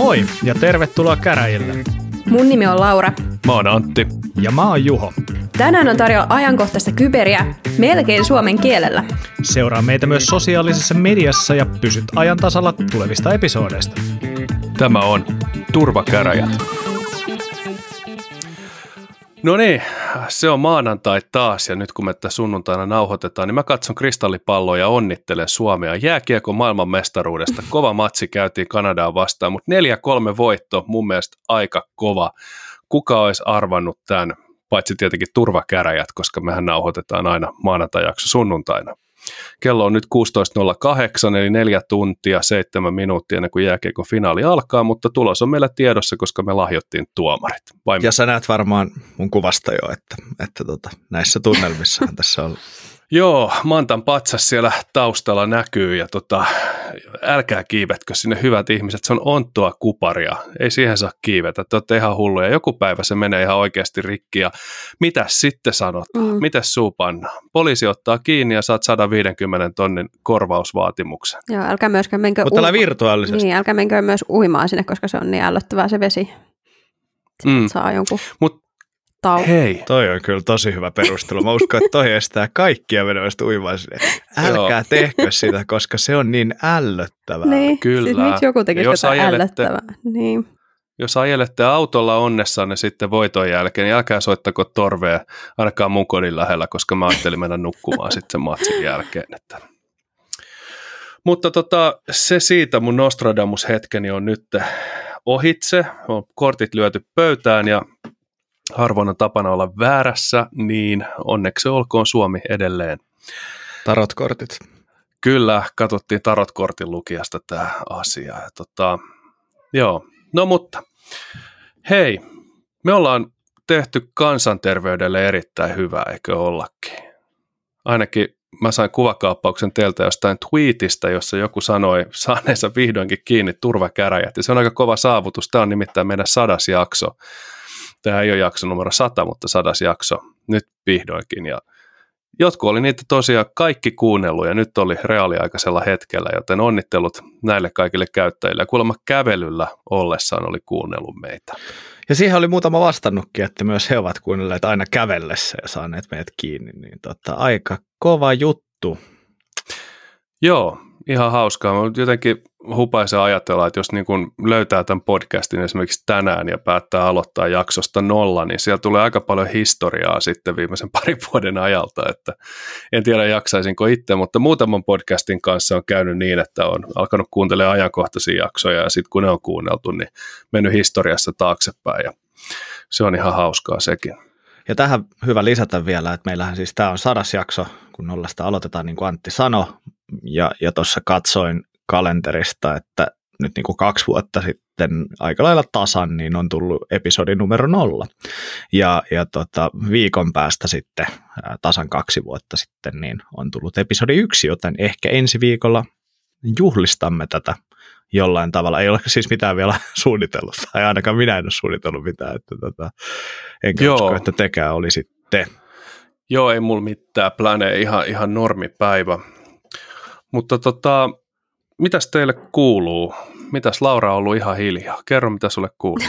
Moi ja tervetuloa käräjille. Mun nimi on Laura. Mä oon Antti. Ja mä oon Juho. Tänään on tarjolla ajankohtaista kyberiä melkein suomen kielellä. Seuraa meitä myös sosiaalisessa mediassa ja pysyt ajan tasalla tulevista episoodeista. Tämä on Turvakäräjät. No niin, se on maanantai taas ja nyt kun me tätä sunnuntaina nauhoitetaan, niin mä katson kristallipalloa ja onnittelen Suomea jääkiekon maailmanmestaruudesta. Kova matsi käytiin Kanadaan vastaan, mutta 4-3 voitto, mun mielestä aika kova. Kuka olisi arvannut tämän, paitsi tietenkin Turvakäräjät, koska mehän nauhoitetaan aina maanantai-jakso sunnuntaina. Kello on nyt 16.08, eli 4 tuntia, 7 minuuttia ennen kuin jääkiekon finaali alkaa, mutta tulos on meillä tiedossa, koska me lahjottiin tuomarit. Ja sä näet varmaan mun kuvasta jo, että näissä tunnelmissahan tässä on. Joo, Mantan patsas siellä taustalla näkyy ja älkää kiivetkö sinne hyvät ihmiset, se on onttoa kuparia, ei siihen saa kiivetä, te olette ihan hulluja, joku päivä se menee ihan oikeasti rikki ja mitäs sitten sanotaan, mitäs suu pannaan, poliisi ottaa kiinni ja saat 150 tonnin korvausvaatimuksen. Joo, älkää myöskään menkö mutta virtuaalisesti. Niin, älkää menkö myös uimaan sinne, koska se on niin ällöttävää se vesi. Saa jonkun Hei. Toi on kyllä tosi hyvä perustelu. Mä uskon, että toi estää kaikkia menemästä uimaan sinne. Älkää tehkö sitä, koska se on niin ällöttävää. Niin, kyllä. Siis miksi joku tekisi jotain ällöttävää? Niin. Jos ajelette autolla onnessanne sitten voiton jälkeen, niin älkää soittako torvea ainakaan mun kodin lähellä, koska mä ajattelin mennä nukkumaan sitten sen matsin jälkeen. Mutta se siitä, mun Nostradamus-hetkeni on nyt ohitse. On kortit lyöty pöytään ja harvoin on tapana olla väärässä, niin onneksi olkoon Suomi edelleen. Tarotkortit. Kyllä, katsottiin tarotkortin lukijasta tämä asia. Joo, no mutta hei, me ollaan tehty kansanterveydelle erittäin hyvää, eikö ollakin? Ainakin mä sain kuvakaappauksen teiltä jostain tweetistä, jossa joku sanoi saaneensa vihdoinkin kiinni Turvakäräjät, ja se on aika kova saavutus. Tämä on nimittäin meidän 100. jakso. Tämä ei ole jakso numero 100, mutta 100. jakso nyt vihdoinkin. Ja jotkut oli niitä tosiaan kaikki kuunnellut ja nyt oli reaaliaikaisella hetkellä, joten onnittelut näille kaikille käyttäjille. Ja kuulemma kävelyllä ollessaan oli kuunnellut meitä. Ja siihen oli muutama vastannutkin, että myös he ovat kuunnelleet aina kävellessä ja saaneet meidät kiinni. Niin aika kova juttu. Joo, ihan hauskaa. Mä jotenkin hupaisen ajatella, että jos niin kun löytää tämän podcastin esimerkiksi tänään ja päättää aloittaa jaksosta 0, niin siellä tulee aika paljon historiaa sitten viimeisen parin vuoden ajalta, että en tiedä jaksaisinko itse, mutta muutaman podcastin kanssa on käynyt niin, että on alkanut kuuntelemaan ajankohtaisia jaksoja ja sitten kun ne on kuunneltu, niin mennyt historiassa taaksepäin ja se on ihan hauskaa sekin. Ja tähän hyvä lisätä vielä, että meillähän siis tämä on 100. jakso, kun 0 aloitetaan, niin kuin Antti sanoi, ja tuossa katsoin kalenterista, että nyt niin kuin 2 vuotta sitten aika lailla tasan, niin on tullut episodi numero 0. Ja viikon päästä sitten, tasan 2 vuotta sitten, niin on tullut episodi 1, joten ehkä ensi viikolla juhlistamme tätä jollain tavalla. Ei ole siis mitään vielä suunnitellut, tai ainakaan minä en ole suunnitellut mitään, että enkä usko, että tekään olisitte. Joo, ei mulla mitään planeja, ihan normipäivä. Mutta mitäs teille kuuluu? Mitäs Laura on ollut ihan hiljaa? Kerro, mitä sulle kuuluu.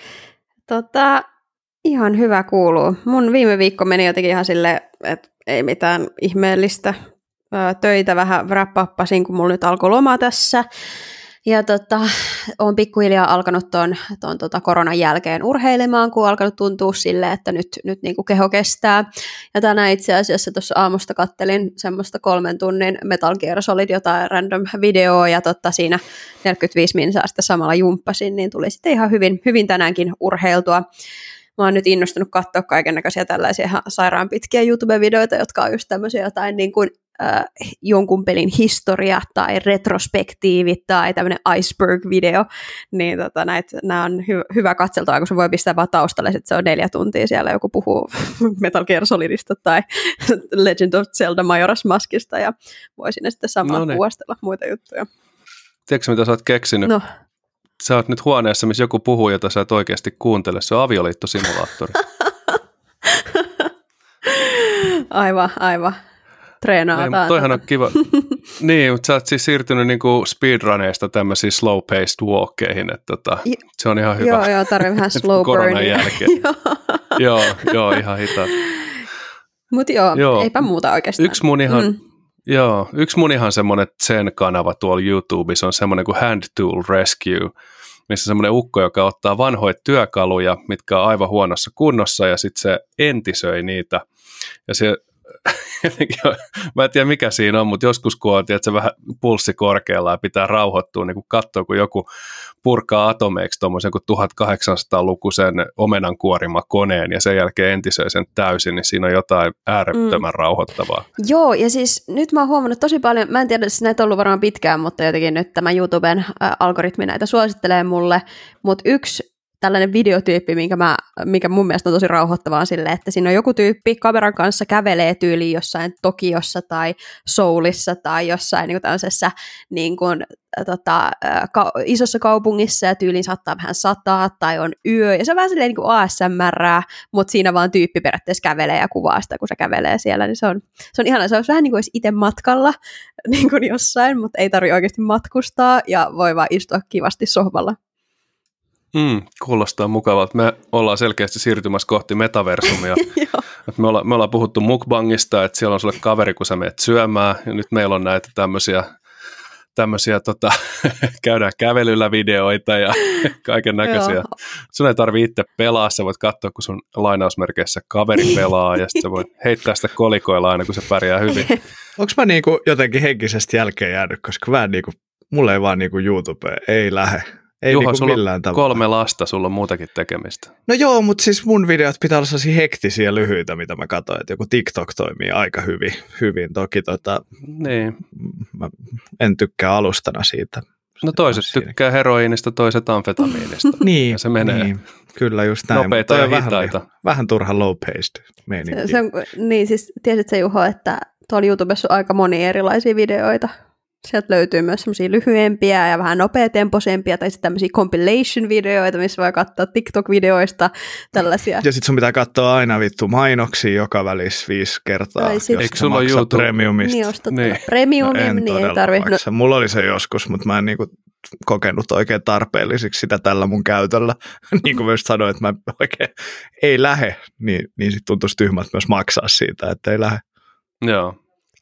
Ihan hyvä kuuluu. Mun viime viikko meni jotenkin ihan silleen, että ei mitään ihmeellistä. Töitä vähän wrap-uppasin, kun mulla nyt alkoi loma tässä. Ja olen pikkuhiljaa alkanut tuon koronan jälkeen urheilemaan, kun on alkanut tuntua silleen, että nyt niin kuin keho kestää. Ja tänään itse asiassa tuossa aamusta kattelin semmoista 3 tunnin Metal Gear Solid jotain random videoa, ja siinä 45 minsaa sitten samalla jumppasin, niin tuli sitten ihan hyvin tänäänkin urheiltua. Mä oon nyt innostunut katsoa kaikennäköisiä tällaisia ihan sairaan pitkiä YouTube-videoita, jotka on just tämmöisiä jotain niin kuin jonkun pelin historia tai retrospektiivit tai tämmöinen iceberg-video, niin nämä on hyvä katseltua, kun se voi pistää vaan taustalle, että se on 4 tuntia siellä joku puhuu Metal Gear Solidista tai Legend of Zelda Majora's Maskista, ja voi sinne sitten samalla kuostella muita juttuja. Tiedätkö, mitä sä oot keksinyt? No. Sä oot nyt huoneessa, missä joku puhuu, jota sä et oikeasti kuuntele. Se on avioliittosimulaattori. Aivan. treenataan. Toihan on kiva. Niin, mutta sä oot siis siirtynyt niinku speedruneista tämmöisiin slow-paced walkeihin, että se on ihan hyvä. Joo, tarvii vähän slow koronan jälkeen. joo, ihan hitaasti. Mutta joo, eipä muuta oikeastaan. Yksi mun ihan semmoinen Zen-kanava tuolla YouTubessa on semmoinen kuin Hand Tool Rescue, missä semmoinen ukko, joka ottaa vanhoja työkaluja, mitkä on aivan huonossa kunnossa, ja sitten se entisöi niitä. Ja se, mä en tiedä mikä siinä on, mutta joskus kun on se vähän pulssi korkealla ja pitää rauhoittua, niin kun katsoo, kun joku purkaa atomeiksi tuommoisen kuin 1800-lukuisen omenankuorimakoneen ja sen jälkeen entisöi sen täysin, niin siinä on jotain äärettömän rauhoittavaa. Joo, ja siis nyt mä oon huomannut tosi paljon, mä en tiedä, siis näitä on ollut varmaan pitkään, mutta jotenkin nyt tämä YouTuben algoritmi näitä suosittelee mulle, mutta yksi tällainen videotyyppi, mikä mun mielestä on tosi rauhoittavaa sille, että siinä on joku tyyppi kameran kanssa kävelee tyyliin jossain Tokiossa tai Soulissa tai jossain niin kuin tämmöisessä niin kuin, isossa kaupungissa ja tyyliin saattaa vähän sataa tai on yö ja se on vähän silleen niin kuin ASMR, mutta siinä vaan tyyppi periaatteessa kävelee ja kuvaa sitä, kun se kävelee siellä, niin se on ihana. Se on vähän niin kuin olisi itse matkalla niin kuin jossain, mutta ei tarvitse oikeasti matkustaa ja voi vaan istua kivasti sohvalla. Kuulostaa mukavalta. Me ollaan selkeästi siirtymässä kohti metaversumia. me ollaan puhuttu mukbangista, että siellä on sulle kaveri, kun sä menet syömään, ja nyt meillä on näitä tämmöisiä käydään kävelyllä videoita ja kaiken näköisiä. Sun ei tarvitse itse pelaa, sä voit katsoa, kun sun lainausmerkeissä kaveri pelaa, ja sitten sä voit heittää sitä kolikoilla aina, kun se pärjää hyvin. Onko mä niinku jotenkin henkisesti jälkeen jäänyt, koska mä mulle ei vaan niinku YouTube ei lähe. Ei Juha, niinku sulla millään on tavalla. 3 lasta, sulla on muutakin tekemistä. No joo, mutta siis mun videot pitää olla sellaisia hektisiä lyhyitä, mitä mä katsoin, että joku TikTok toimii aika hyvin. Toki niin. Mä en tykkää alustana siitä. No toiset tykkää heroiinista, toiset amfetamiinista. Niin, ja se menee. Niin, kyllä just näin. Nopeita ja hitaita. Vähän turha low-paced meininki. Niin siis tiesit sä Juho, että tuolla YouTubessa on aika monia erilaisia videoita. Sieltä löytyy myös semmoisia lyhyempiä ja vähän nopeatempoisempia tai sitten tämmöisiä compilation-videoita, missä voi katsoa TikTok-videoista tällaisia. Ja sitten sun pitää katsoa aina vittu mainoksia joka välissä 5 kertaa, jos eikö sulla maksat YouTube premiumista. Niin, ostat premiumin, niin ei tarvitse. Mulla oli se joskus, mutta mä en niinku kokenut oikein tarpeellisiksi sitä tällä mun käytöllä. Niin kuin myös sanoin, että mä oikein ei lähe, niin sitten tuntuisi tyhmät myös maksaa siitä, että ei lähe. Joo.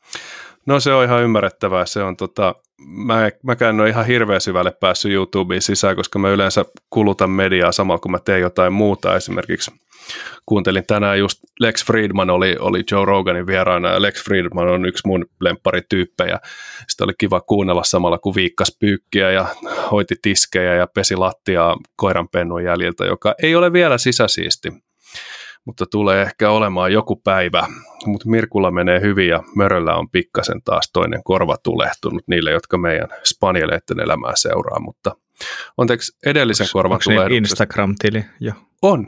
No se on ihan ymmärrettävää. Se on mäkään en ole ihan hirveän syvälle päässyt YouTubeen sisään, koska mä yleensä kulutan mediaa samalla, kun mä teen jotain muuta. Esimerkiksi kuuntelin tänään just Lex Fridman oli Joe Roganin vieraana, ja Lex Fridman on yksi mun lempparityyppejä. Sitä oli kiva kuunnella samalla, kun viikkas pyykkiä ja hoiti tiskejä ja pesi lattiaa koiranpennun jäljiltä, joka ei ole vielä sisäsiisti. Mutta tulee ehkä olemaan joku päivä, mutta Mirkulla menee hyvin ja Möröllä on pikkasen taas toinen korva tulehtunut niille, jotka meidän spanieleiden elämää seuraa, mutta onteeksi edellisen korvan tulehduksesta. Instagram-tili jo? On.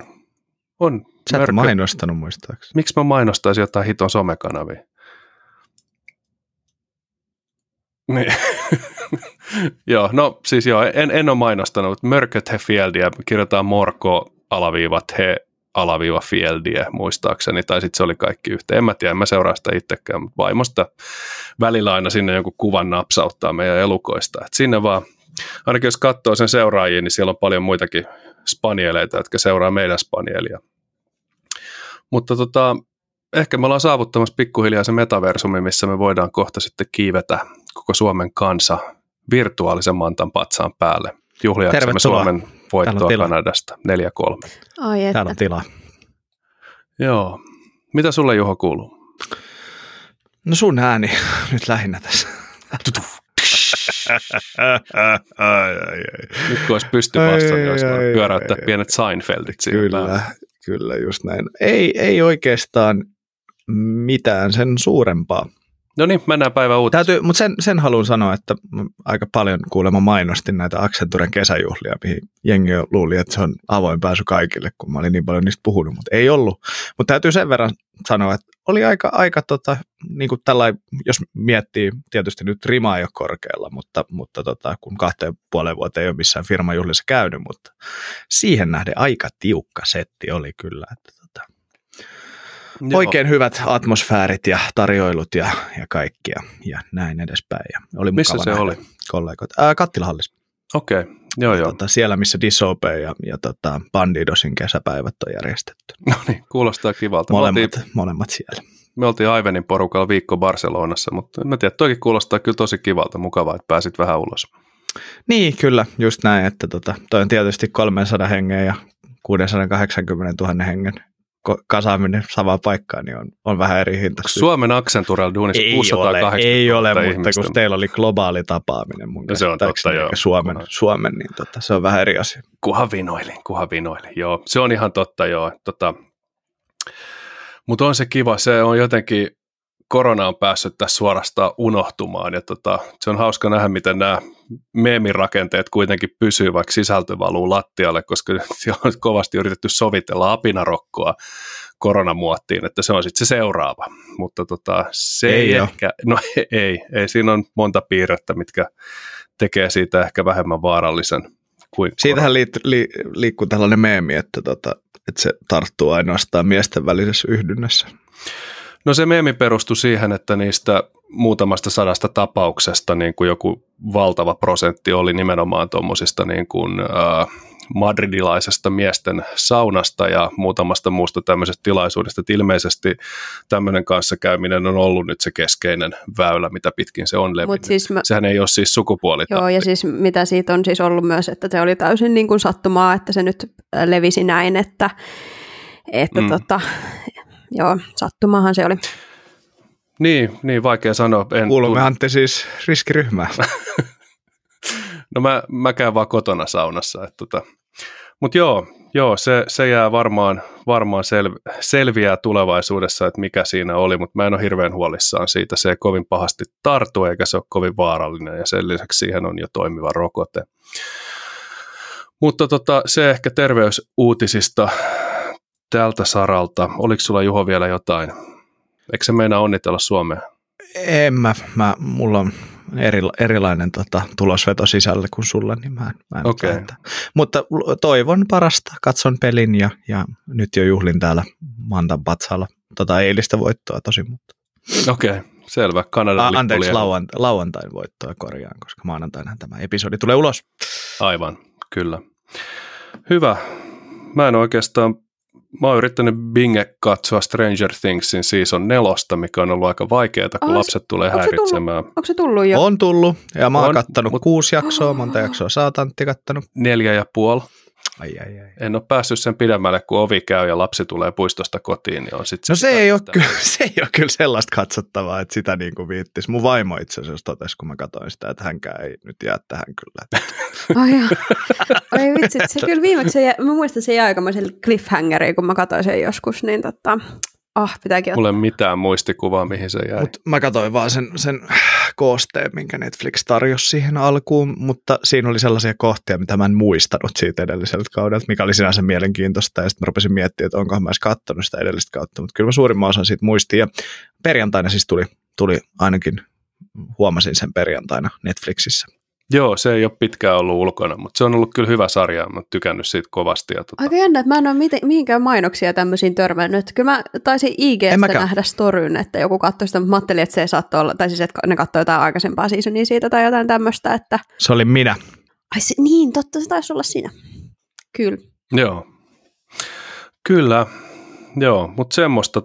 Sä et mainostanut muistaakseni. Miksi mä mainostaisin jotain hiton somekanavia? Niin. Joo, no siis joo, en ole mainostanut. Mörköt he fieldiä, kirjoitetaan morko-he-fieldiä muistaakseni, tai sitten se oli kaikki yhteen. En mä tiedä, en mä seuraa sitä itsekään, mutta vaimosta välillä aina sinne jonkun kuvan napsauttaa meidän elukoista. Et sinne vaan, ainakin jos katsoo sen seuraajia, niin siellä on paljon muitakin spanieleita, jotka seuraa meidän spanielia. Mutta ehkä me ollaan saavuttamassa pikkuhiljaa se metaversumi, missä me voidaan kohta sitten kiivetä koko Suomen kansa virtuaalisen mantan patsaan päälle. Juhliaksemme Suomen voittoa Kanadasta 4-3. Ai että. Täällä on tilaa. Joo. Mitä sulle, Juho, kuuluu? No sun ääni nyt lähinnä tässä. Nyt kun olisi pystyvasta, niin olisi pyöräyttää pienet Seinfeldit siihen päälle. Kyllä, just näin. Ei oikeastaan mitään sen suurempaa. No niin, mennään päivän uutiseen. Mutta sen haluan sanoa, että aika paljon kuulemma mainostin näitä Accenturen kesäjuhlia, mihin jengi luuli, että se on avoin pääsy kaikille, kun mä olin niin paljon niistä puhunut, mutta ei ollut. Mutta täytyy sen verran sanoa, että oli aika niin kuin tällainen, jos miettii, tietysti nyt rima ei ole korkealla, mutta kun 2,5 vuotta ei ole missään firmajuhlissa käynyt, mutta siihen nähden aika tiukka setti oli kyllä, että Oikein hyvät atmosfäärit ja tarjoilut ja kaikkia ja näin edespäin. Ja oli missä se oli? Kollegoita. Kattilahallissa. Okei, joo. Siellä, missä Disobey ja Bandidosin kesäpäivät on järjestetty. No niin, kuulostaa kivalta. Molemmat siellä. Me oltiin Aivenin porukalla viikko Barcelonassa, mutta mä tiedän, toikin kuulostaa kyllä tosi kivalta, mukavaa, että pääsit vähän ulos. Niin, kyllä, just näin, että toi on tietysti 300 hengen ja 680 000 hengen kasaaminen samaan paikkaan, niin on vähän eri hinta. Suomen Accenturella duunissa 680 ei ole, ihmistä. Mutta kun teillä oli globaali tapaaminen mun se on totta, joo. Suomen, niin se on vähän eri asia. Kuhan vinoili, joo. Se on ihan totta, joo. Mutta on se kiva, se on jotenkin, korona on päässyt tässä suorastaan unohtumaan, ja se on hauska nähdä, miten nämä meemirakenteet kuitenkin pysyy, vaikka sisältö valuu lattialle, koska siellä on kovasti yritetty sovitella apinarokkoa koronamuottiin, että se on sitten se seuraava, mutta se ei ehkä, no ei, siinä on monta piirrettä, mitkä tekee siitä ehkä vähemmän vaarallisen kuin siitähän liikkuu tällainen meemi, että se tarttuu ainoastaan miesten välisessä yhdynnässä. No se meemi perustui siihen, että niistä muutamasta 100 tapauksesta niin kuin joku valtava prosentti oli nimenomaan tuommoisista niin kuin madridilaisesta miesten saunasta ja muutamasta muusta tämmöisestä tilaisuudesta, että ilmeisesti tämmöinen kanssakäyminen on ollut nyt se keskeinen väylä, mitä pitkin se on levinnyt. Siis sehän ei ole siis sukupuolita. Joo, ja siis mitä siitä on siis ollut myös, että se oli täysin niin kuin sattumaa, että se nyt levisi näin, että joo, sattumahan se oli. Niin vaikea sanoa. Kuulumme Antti siis riskiryhmään. No mä käyn vaan kotona saunassa. Mutta joo, se jää varmaan selviää tulevaisuudessa, että mikä siinä oli, mutta mä en ole hirveän huolissaan siitä. Se ei kovin pahasti tartu eikä se ole kovin vaarallinen ja sen lisäksi siihen on jo toimiva rokote. Mutta se ehkä terveysuutisista tältä saralta. Oliko sulla, Juho, vielä jotain? Eikö se meinaa onnitella Suomea? En mulla on erilainen tulosveto sisällä kuin sulla, niin mä en okay. Mutta toivon parasta, katson pelin ja nyt jo juhlin täällä Mantan patsaalla eilistä voittoa tosi. Okei, selvä. Kanadan anteeksi, lauantain voittoa korjaan, koska maanantaina tämä episodi tulee ulos. Aivan, kyllä. Hyvä. Mä oon yrittänyt binge katsoa Stranger Thingsin season 4, mikä on ollut aika vaikeaa, kun lapset tulee häiritsemään. Onko se tullut jo? On tullut, ja mä oon kattanut 6 jaksoa, monta jaksoa sä oot, Antti, kattanut? 4,5. Ai. En ole päässyt sen pidemmälle, kun ovi käy ja lapsi tulee puistosta kotiin. Niin on no se ei ole kyllä sellaista katsottavaa, että sitä niin kuin viittisi. Mun vaimo itse asiassa totesi, kun mä katsoin sitä, että hänkään ei nyt jää tähän kyllä. Ai vitsi, se kyllä viimeksi, mä muistan se jäi aikamoiselle cliffhangeriin, kun mä katsoin sen joskus, niin pitääkin ottaa. Mulla ei mitään muistikuvaa, mihin se jäi. Mä katsoin vaan sen koosteen, minkä Netflix tarjosi siihen alkuun, mutta siinä oli sellaisia kohtia, mitä mä en muistanut siitä edelliseltä kaudelta, mikä oli sinänsä mielenkiintoista, ja sitten mä rupesin miettimään, että onkohan mä edes katsonut sitä edellistä kautta, mutta kyllä mä suurimman osan siitä muistin, ja perjantaina siis tuli ainakin, huomasin sen perjantaina Netflixissä. Joo, se ei ole pitkään ollut ulkona, mutta se on ollut kyllä hyvä sarja, mä oon tykännyt siitä kovasti. Aika jännä, että mä en ole mihinkään mainoksia tämmöisiin törmännyt. Kyllä mä taisin IG:stä nähdä storyn, että joku katsoi sitä, mutta mä ajattelin, että se saattoi olla, tai siis että ne katsoi jotain aikaisempaa seasonia siitä tai jotain tämmöistä. Että se oli minä. Ai niin, totta, se taisi olla siinä. Kyllä. Joo. Kyllä, joo, mutta semmoista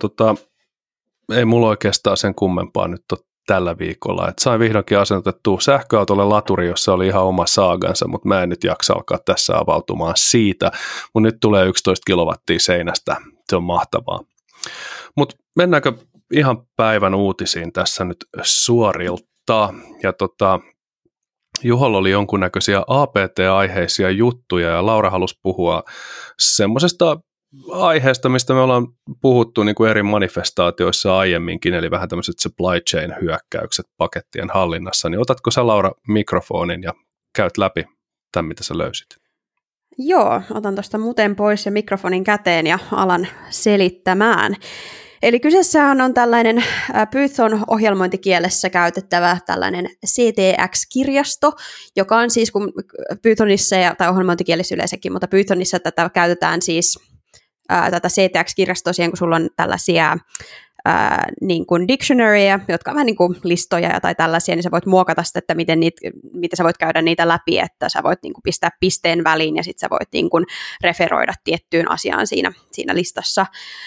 ei mulla oikeastaan sen kummempaa nyt tällä viikolla. Et sain vihdoinkin asennutettua sähköautolle laturi, jossa oli ihan oma saagansa, mutta mä en nyt jaksa alkaa tässä avautumaan siitä. Mutta nyt tulee 11 kilowattia seinästä. Se on mahtavaa. Mutta mennäänkö ihan päivän uutisiin tässä nyt suorilta? Ja Juholla oli jonkunnäköisiä APT-aiheisia juttuja ja Laura halusi puhua semmoisesta aiheesta, mistä me ollaan puhuttu niin kuin eri manifestaatioissa aiemminkin, eli vähän tämmöiset supply chain hyökkäykset pakettien hallinnassa, niin otatko sä, Laura, mikrofonin ja käyt läpi tämän, mitä sä löysit? Joo, otan tuosta muten pois ja mikrofonin käteen ja alan selittämään. Eli kyseessähän on tällainen Python ohjelmointikielessä käytettävä tällainen CTX-kirjasto, joka on siis, kun Pythonissa tai ohjelmointikielessä yleensäkin, mutta Pythonissa tätä käytetään siis tätä CTX-kirjastoa siihen, kun sulla on tällaisia niin kuin dictionaryja, jotka on vähän niin kuin listoja tai tällaisia, niin sä voit muokata sitä, että miten sä voit käydä niitä läpi, että sä voit niin kuin pistää pisteen väliin ja sitten sä voit niin kuin referoida tiettyyn asiaan siinä listassa.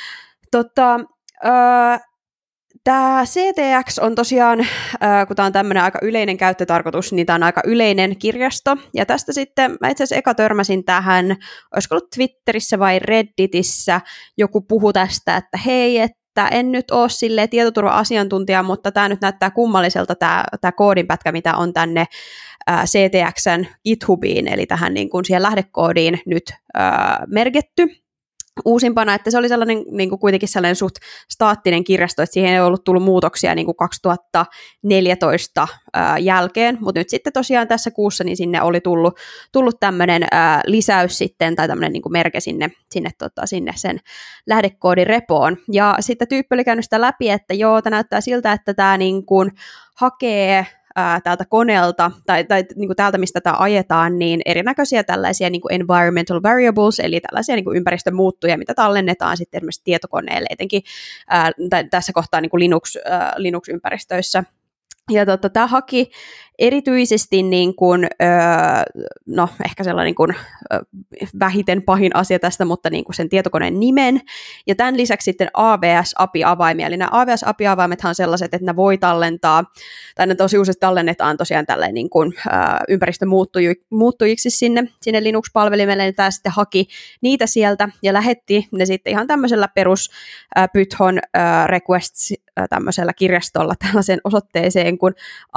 Tämä CTX on tosiaan, kun tämä on tämmöinen aika yleinen käyttötarkoitus, niin tämä on aika yleinen kirjasto. Ja tästä sitten mä itse asiassa eka törmäsin tähän, olisiko ollut Twitterissä vai Redditissä, joku puhui tästä, että hei, että en nyt ole silleen tietoturva-asiantuntija, mutta tämä nyt näyttää kummalliselta tämä koodinpätkä, mitä on tänne CTXn GitHubiin, eli tähän niin kuin siihen lähdekoodiin nyt merkitty uusimpana, että se oli sellainen niin kuin kuitenkin sellainen suht staattinen kirjasto, että siihen ei ollut tullut muutoksia niin kuin 2014 jälkeen, mutta nyt sitten tosiaan tässä kuussa niin sinne oli tullut tämmöinen lisäys sitten, tai tämmöinen niin kuin merke sinne sen lähdekoodin repoon, ja sitten tyyppi oli käynyt sitä läpi, että joo, tämä näyttää siltä, että tämä niin kuin hakee täältä koneelta, tai niin kuin täältä, mistä tämä ajetaan, niin erinäköisiä tällaisia niin kuin environmental variables, eli tällaisia niin kuin ympäristön muuttujia, mitä tallennetaan sitten esimerkiksi tietokoneelle, etenkin tässä kohtaa niin kuin Linux-ympäristöissä. Ja tämä haki erityisesti niin kuin, no ehkä sellainen niin kuin, vähiten pahin asia tästä, mutta niin kuin sen tietokoneen nimen, ja tämän lisäksi sitten AWS-API-avaimia, eli nämä AWS-API-avaimethan on sellaiset, että ne voi tallentaa, tai ne tosi useasti tallennetaan tosiaan tälleen niin kuin, ympäristömuuttujiksi sinne Linux-palvelimelle, niin tämä sitten haki niitä sieltä, ja lähetti ne sitten ihan tämmöisellä perus Python requests tämmöisellä kirjastolla tällaiseen osoitteeseen kuin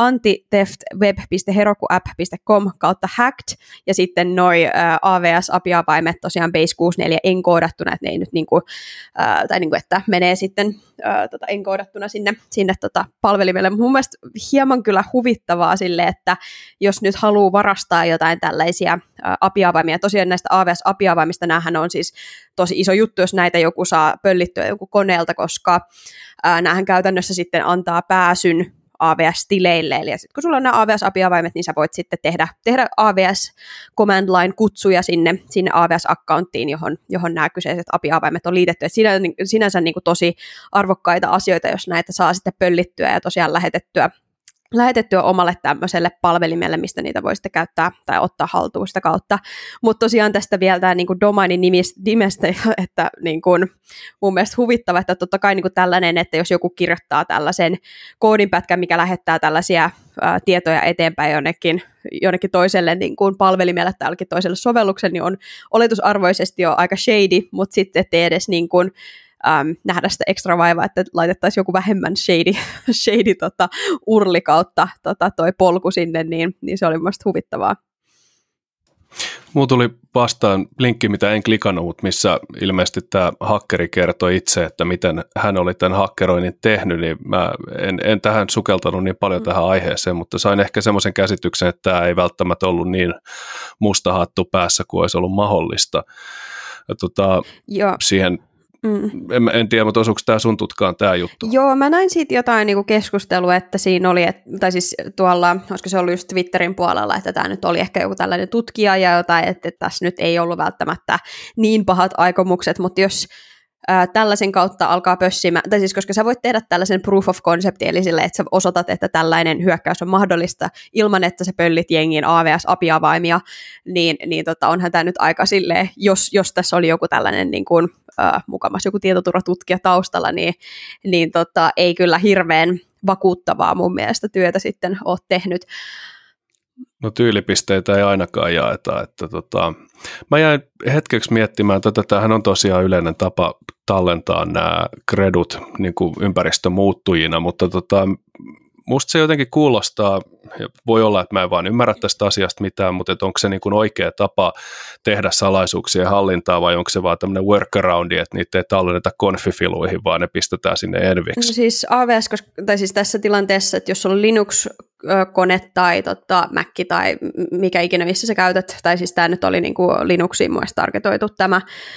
antiteftweb.herokuapp.com/hacked, ja sitten noi AWS-API-avaimet tosiaan base 64 enkoodattuna, että ne ei nyt niinku, tai niinku, että menee sitten enkoodattuna sinne palvelimelle. Mun mielestä hieman kyllä huvittavaa sille, että jos nyt haluaa varastaa jotain tällaisia API-avaimia, tosiaan näistä AWS-API-avaimista näähän on siis tosi iso juttu, jos näitä joku saa pöllittyä joku koneelta, koska näähän käytännössä sitten antaa pääsyn AWS-tileille, eli sitten kun sulla on nämä AWS-API-avaimet, niin sä voit sitten tehdä AWS command line kutsuja sinne AWS-accounttiin, johon nämä kyseiset API-avaimet on liitetty. Et sinänsä niin kuin tosi arvokkaita asioita, jos näitä saa sitten pöllittyä ja tosiaan lähetettyä omalle tämmöiselle palvelimelle, mistä niitä voi sitten käyttää tai ottaa haltuun sitä kautta. Mutta tosiaan tästä vielä tämä niin kuin domainin nimestä, että niin kuin, mun mielestä huvittava, että totta kai niin kuin tällainen, että jos joku kirjoittaa tällaisen koodinpätkän, mikä lähettää tällaisia tietoja eteenpäin jonnekin toiselle niin kuin palvelimelle tai jollekin toiselle sovellukselle, niin on oletusarvoisesti jo aika shady, mutta sitten ettei edes niin kuin nähdä sitä ekstra vaivaa, että laitettaisiin joku vähemmän shady urli kautta toi polku sinne, niin se oli mielestäni huvittavaa. Mulla tuli vastaan linkki, mitä en klikannut, mutta missä ilmeisesti tämä hakkeri kertoi itse, että miten hän oli tämän hakkeroinnin tehnyt, niin mä en tähän sukeltanut niin paljon tähän aiheeseen, mutta sain ehkä semmoisen käsityksen, että tämä ei välttämättä ollut niin musta hattu päässä kuin olisi ollut mahdollista. Siihen En tiedä, mutta osuuko tämä sun tutkaan tämä juttu? Joo, mä näin siitä jotain niinku keskustelua, että siinä oli, tai siis tuolla, olisiko se ollut just Twitterin puolella, että tämä nyt oli ehkä joku tällainen tutkija ja jotain, että tässä nyt ei ollut välttämättä niin pahat aikomukset, mutta jos tällaisen kautta alkaa pössimään, tai siis koska sä voit tehdä tällaisen proof of concept, eli sille, että sä osoitat, että tällainen hyökkäys on mahdollista ilman, että sä pöllit jengiin AWS-API-avaimia, niin onhan tämä nyt aika silleen, jos tässä oli joku tällainen niin kuin, mukamas joku tietoturvatutkija taustalla, niin ei kyllä hirveän vakuuttavaa mun mielestä työtä sitten ole tehnyt. No tyylipisteitä ei ainakaan jaeta, että mä jäin hetkeksi miettimään, että tämähän on tosiaan yleinen tapa tallentaa nämä kredut niin kuin ympäristömuuttujina, mutta musta se jotenkin kuulostaa, voi olla, että mä en vaan ymmärrä tästä asiasta mitään, mutta onko se niin kuin oikea tapa tehdä salaisuuksien hallintaa vai onko se vaan tämmöinen workaroundi, että niitä ei tallenneta konfifiluihin, vaan ne pistetään sinne enviksi? No siis AWS, tai siis tässä tilanteessa, että jos on Linux-kone tai Mac tai mikä ikinä, missä sä käytät, tai siis tämä nyt oli niin kuin Linuxiin mun mielestä targetoitu tämä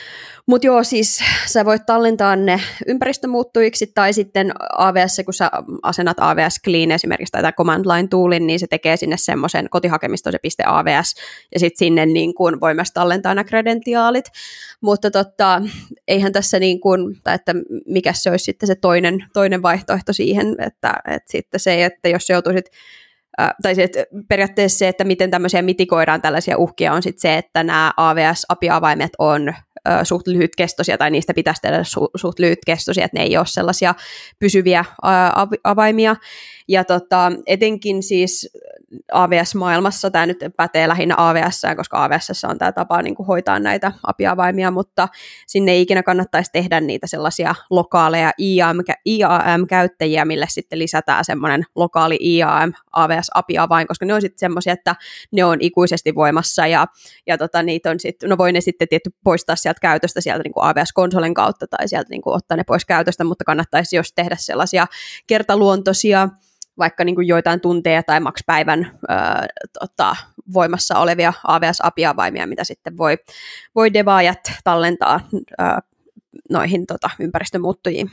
Mutta joo, siis sä voit tallentaa ne ympäristömuuttujiksi tai sitten AWS, kun sä asennat AWS Clean esimerkiksi tai command line toolin, niin se tekee sinne semmoisen kotihakemiston se .avs ja sitten sinne niin kun voi myös tallentaa nämä kredentiaalit, mutta eihän tässä niin kun, tai että mikä se olisi sitten se toinen vaihtoehto siihen, että sitten se, että jos joutuisit tai se, että periaatteessa se, että miten tämmöisiä mitikoidaan tällaisia uhkia, on sitten se, että nämä AWS-API-avaimet on suht lyhytkestoisia, tai niistä pitäisi tehdä suht lyhytkestoisia, että ne ei ole sellaisia pysyviä avaimia. Ja etenkin siis AWS-maailmassa, tämä nyt pätee lähinnä AWS:ään, koska AWS:ssä on tämä tapa niin kuin hoitaa näitä API-avaimia, mutta sinne ei ikinä kannattaisi tehdä niitä sellaisia lokaaleja IAM-käyttäjiä, mille sitten lisätään semmoinen lokaali IAM AWS-API-avain, koska ne on sitten semmoisia, että ne on ikuisesti voimassa, ja niitä on sitten, no voi ne sitten tietty poistaa sieltä käytöstä sieltä niin kuin AWS-konsolin kautta, tai sieltä niin kuin ottaa ne pois käytöstä, mutta kannattaisi jos tehdä sellaisia kertaluontoisia, vaikka niin kuin joitain tunteja tai maks päivän voimassa olevia AWS-API-avaimia, mitä sitten voi devaajat tallentaa noihin ympäristömuuttujiin.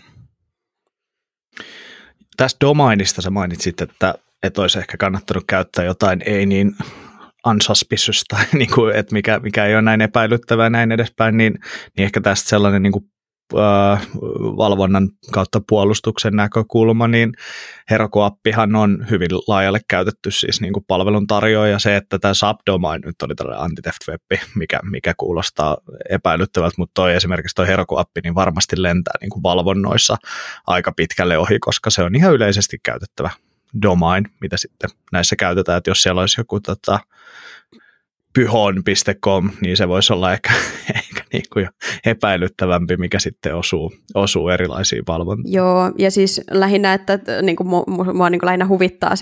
Tästä domainista sä mainitsit, että olisi ehkä kannattanut käyttää jotain ei niin unsuspicious tai niin kuin, että mikä ei ole näin epäilyttävää näin edespäin, niin ehkä tästä sellainen niin kuin valvonnan kautta puolustuksen näkökulma, niin Heroku-appihan on hyvin laajalle käytetty siis niin kuin palveluntarjoaja. Se, että tämä subdomain nyt oli tällainen anti-theft-web, mikä kuulostaa epäilyttävältä, mutta esimerkiksi tuo Heroku-appi niin varmasti lentää niin kuin valvonnoissa aika pitkälle ohi, koska se on ihan yleisesti käytettävä domain, mitä sitten näissä käytetään, että jos siellä olisi joku pyhon.com, niin se voisi olla ehkä niin kuin jo epäilyttävämpi, mikä sitten osuu erilaisiin valvontaan. Joo, ja siis lähinnä, että niin kuin mua niin kuin lähinnä huvittaa se,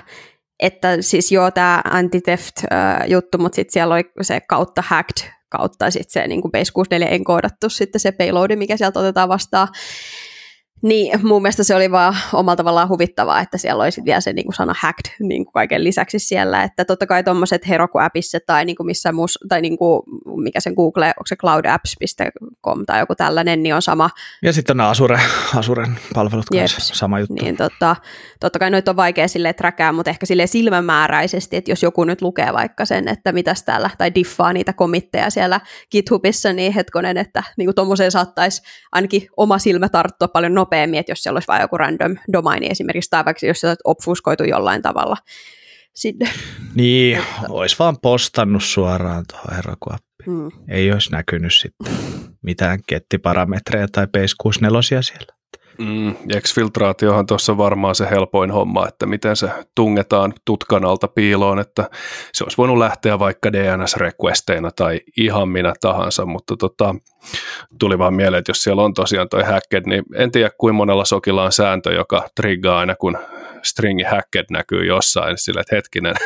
että siis joo, tämä anti-theft-juttu, mutta sitten siellä oli se kautta hacked, kautta sitten se niin kuin base 64 enkoodattu sitten se payloadi, mikä sieltä otetaan vastaan. Niin mun mielestä se oli vaan omalla tavallaan huvittavaa, että siellä oli sitten vielä se niin kuin sana hacked niin kuin kaiken lisäksi siellä, että totta kai tuommoiset Heroku-appissa tai niin kuin missään muussa, tai niin kuin mikä sen Google, onko se cloudapps.com tai joku tällainen, niin on sama. Ja sitten on Azuren palvelut kanssa sama juttu. Niin totta kai noita on vaikea silleen träkää, mutta ehkä silleen silmämääräisesti, että jos joku nyt lukee vaikka sen, että mitäs täällä, tai diffaa niitä committeja siellä GitHubissa, niin hetkonen, että niin kuin tommoseen saattaisi ainakin oma silmä tarttua paljon nopeammin, että jos siellä olisi vain joku random domaini esimerkiksi, tai vaikka jos se on obfuskoitu jollain tavalla sinne. Niin, olisi vaan postannut suoraan tuohon Heroku-appiin. Ei olisi näkynyt sitten mitään gettiparametreja tai base 64 siellä. X-filtraatiohan tuossa varmaan se helpoin homma, että miten se tungetaan tutkan alta piiloon, että se olisi voinut lähteä vaikka DNS-requesteina tai ihan minä tahansa, mutta tuli vaan mieleen, että jos siellä on tosiaan toi hacked, niin en tiedä kuinka monella sokilla on sääntö, joka triggaa aina, kun stringi hacked näkyy jossain, sillä että hetkinen.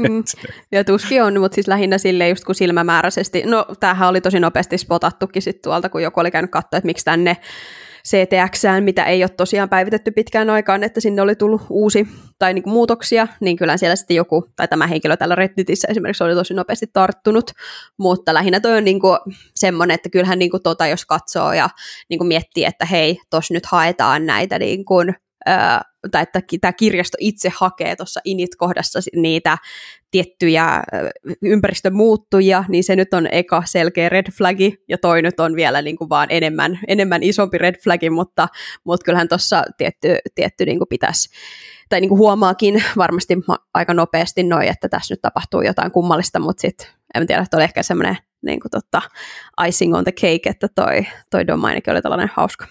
Ja tuskin on, mutta siis lähinnä silleen just kun silmämääräisesti, no tämähän oli tosi nopeasti spotattukin sitten tuolta, kun joku oli käynyt katsoa, että miksi tänne CTXään, mitä ei ole tosiaan päivitetty pitkään aikaan, että sinne oli tullut uusi tai niin kuin muutoksia, niin kyllä siellä sitten joku, tai tämä henkilö täällä Redditissä esimerkiksi oli tosi nopeasti tarttunut, mutta lähinnä toi on niin kuin semmoinen, että kyllähän niin kuin jos katsoo ja niin kuin miettii, että hei, tuossa nyt haetaan näitä niin kuin, tai että tämä kirjasto itse hakee tuossa init-kohdassa niitä tiettyjä ympäristömuuttujia, niin se nyt on eka selkeä red flagi, ja toi nyt on vielä niin kuin vaan enemmän isompi red flagi, mutta kyllähän tuossa tietty niin kuin pitäisi, tai niin kuin huomaakin varmasti aika nopeasti että tässä nyt tapahtuu jotain kummallista, mutta sitten en tiedä, että oli ehkä semmoinen niin kuin icing on the cake, että toi domainikin oli tällainen hauska.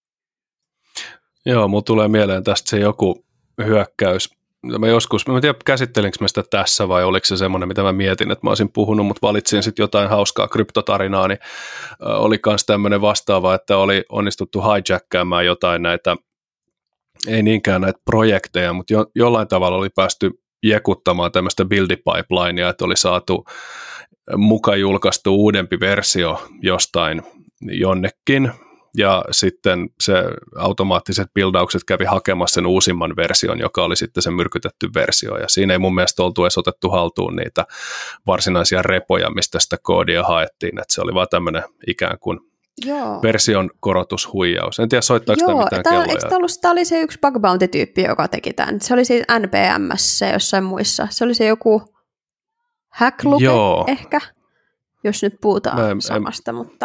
Joo, mulla tulee mieleen tästä se joku hyökkäys. Mä en tiedä käsittelinkö mä sitä tässä vai oliko se semmoinen, mitä mä mietin, että mä olisin puhunut, mutta valitsin sitten jotain hauskaa kryptotarinaa, niin oli myös tämmöinen vastaava, että oli onnistuttu hijackkäämään jotain näitä, ei niinkään näitä projekteja, mutta jollain tavalla oli päästy jekuttamaan tämmöistä build-pipelinea, että oli saatu mukaan julkaistu uudempi versio jostain jonnekin, ja sitten se automaattiset buildaukset kävi hakemassa sen uusimman version, joka oli sitten se myrkytetty versio, ja siinä ei mun mielestä oltu edes otettu haltuun niitä varsinaisia repoja, mistä sitä koodia haettiin, että se oli vaan tämmöinen ikään kuin version korotushuijaus. En tiedä, soittaako tämä mitään kelloja. Eikö tämä oli se yksi bug bounty-tyyppi, joka teki tämän? Se oli siinä NPM:ssä ja jossain muissa. Se oli se joku hackluke ehkä, jos nyt puhutaan samasta, mutta...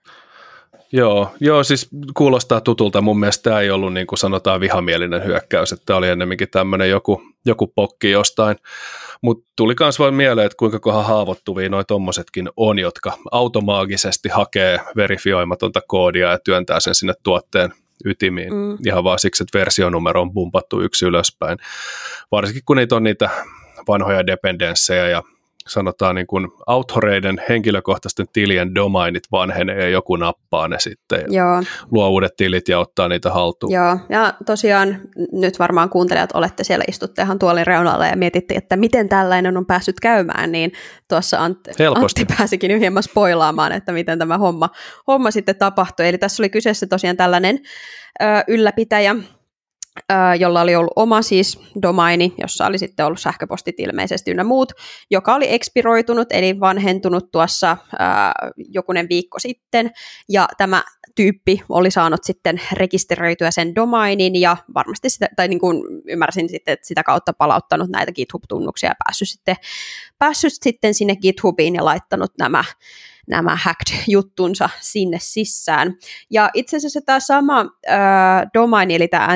Joo, siis kuulostaa tutulta. Mun mielestä tämä ei ollut niin kuin sanotaan vihamielinen hyökkäys, että tämä oli ennemminkin tämmöinen joku pokki jostain. Mutta tuli myös vain mieleen, että kuinka kohan haavoittuvia noi tommosetkin on, jotka automaagisesti hakee verifioimatonta koodia ja työntää sen sinne tuotteen ytimiin. Ihan vaan siksi, että versionumero on bumpattu yksi ylöspäin. Varsinkin kun niitä on niitä vanhoja dependenssejä ja sanotaan niin kuin autoreiden henkilökohtaisten tilien domainit vanhenee ja joku nappaa ne sitten ja luo uudet tilit ja ottaa niitä haltuun. Joo, ja tosiaan nyt varmaan kuuntelijat olette siellä, istutte ihan tuolin reunalla ja mietitte, että miten tällainen on päässyt käymään, niin tuossa Antti pääsikin hieman spoilaamaan, että miten tämä homma sitten tapahtui. Eli tässä oli kyseessä tosiaan tällainen ylläpitäjä, jolla oli ollut oma siis domaini, jossa oli sitten ollut sähköpostit ilmeisesti ynnä muut, joka oli expiroitunut, eli vanhentunut tuossa jokunen viikko sitten, ja tämä tyyppi oli saanut sitten rekisteröityä sen domainin, ja varmasti sitä, tai niin kuin ymmärsin sitten, että sitä kautta palauttanut näitä GitHub-tunnuksia, ja päässyt sitten sinne GitHubiin ja laittanut nämä hacked-juttunsa sinne sisään. Ja itse asiassa tämä sama domaini, eli tämä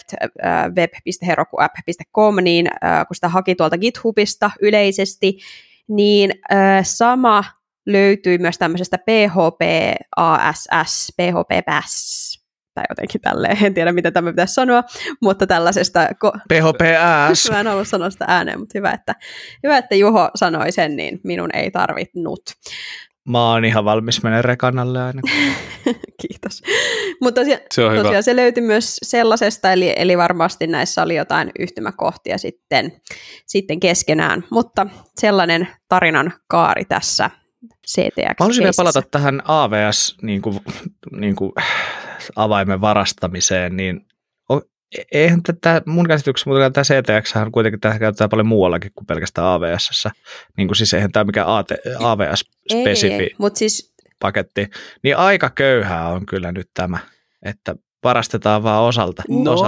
antitheft.web.herokuapp.com, niin kun sitä haki tuolta GitHubista yleisesti, niin sama löytyi myös tämmöisestä PHP-ASS, tai jotenkin tälleen, en tiedä mitä tämä pitäisi sanoa, mutta tällaisesta... PHP-AS. Mä en halua sanoa sitä ääneen, mutta hyvä, että Juho sanoi sen, niin minun ei tarvinnut. Mä oon ihan valmis mennä rekanalle aina. Kiitos. Mutta tosiaan se löytyi myös sellaisesta, eli varmasti näissä oli jotain yhtymäkohtia sitten keskenään, mutta sellainen tarinan kaari tässä CTX-keisissä. Mä haluaisin vielä palata tähän AWS niin kuin avaimen varastamiseen, niin eihän tätä, mun käsityksessä, mutta tämä CTX on kuitenkin tämä käytetään paljon muuallakin kuin pelkästään AWS:ssä. Niin kuin siis eihän tämä mikään AWS-spesifi paketti. Niin aika köyhää on kyllä nyt tämä, että varastetaan vaan osalta.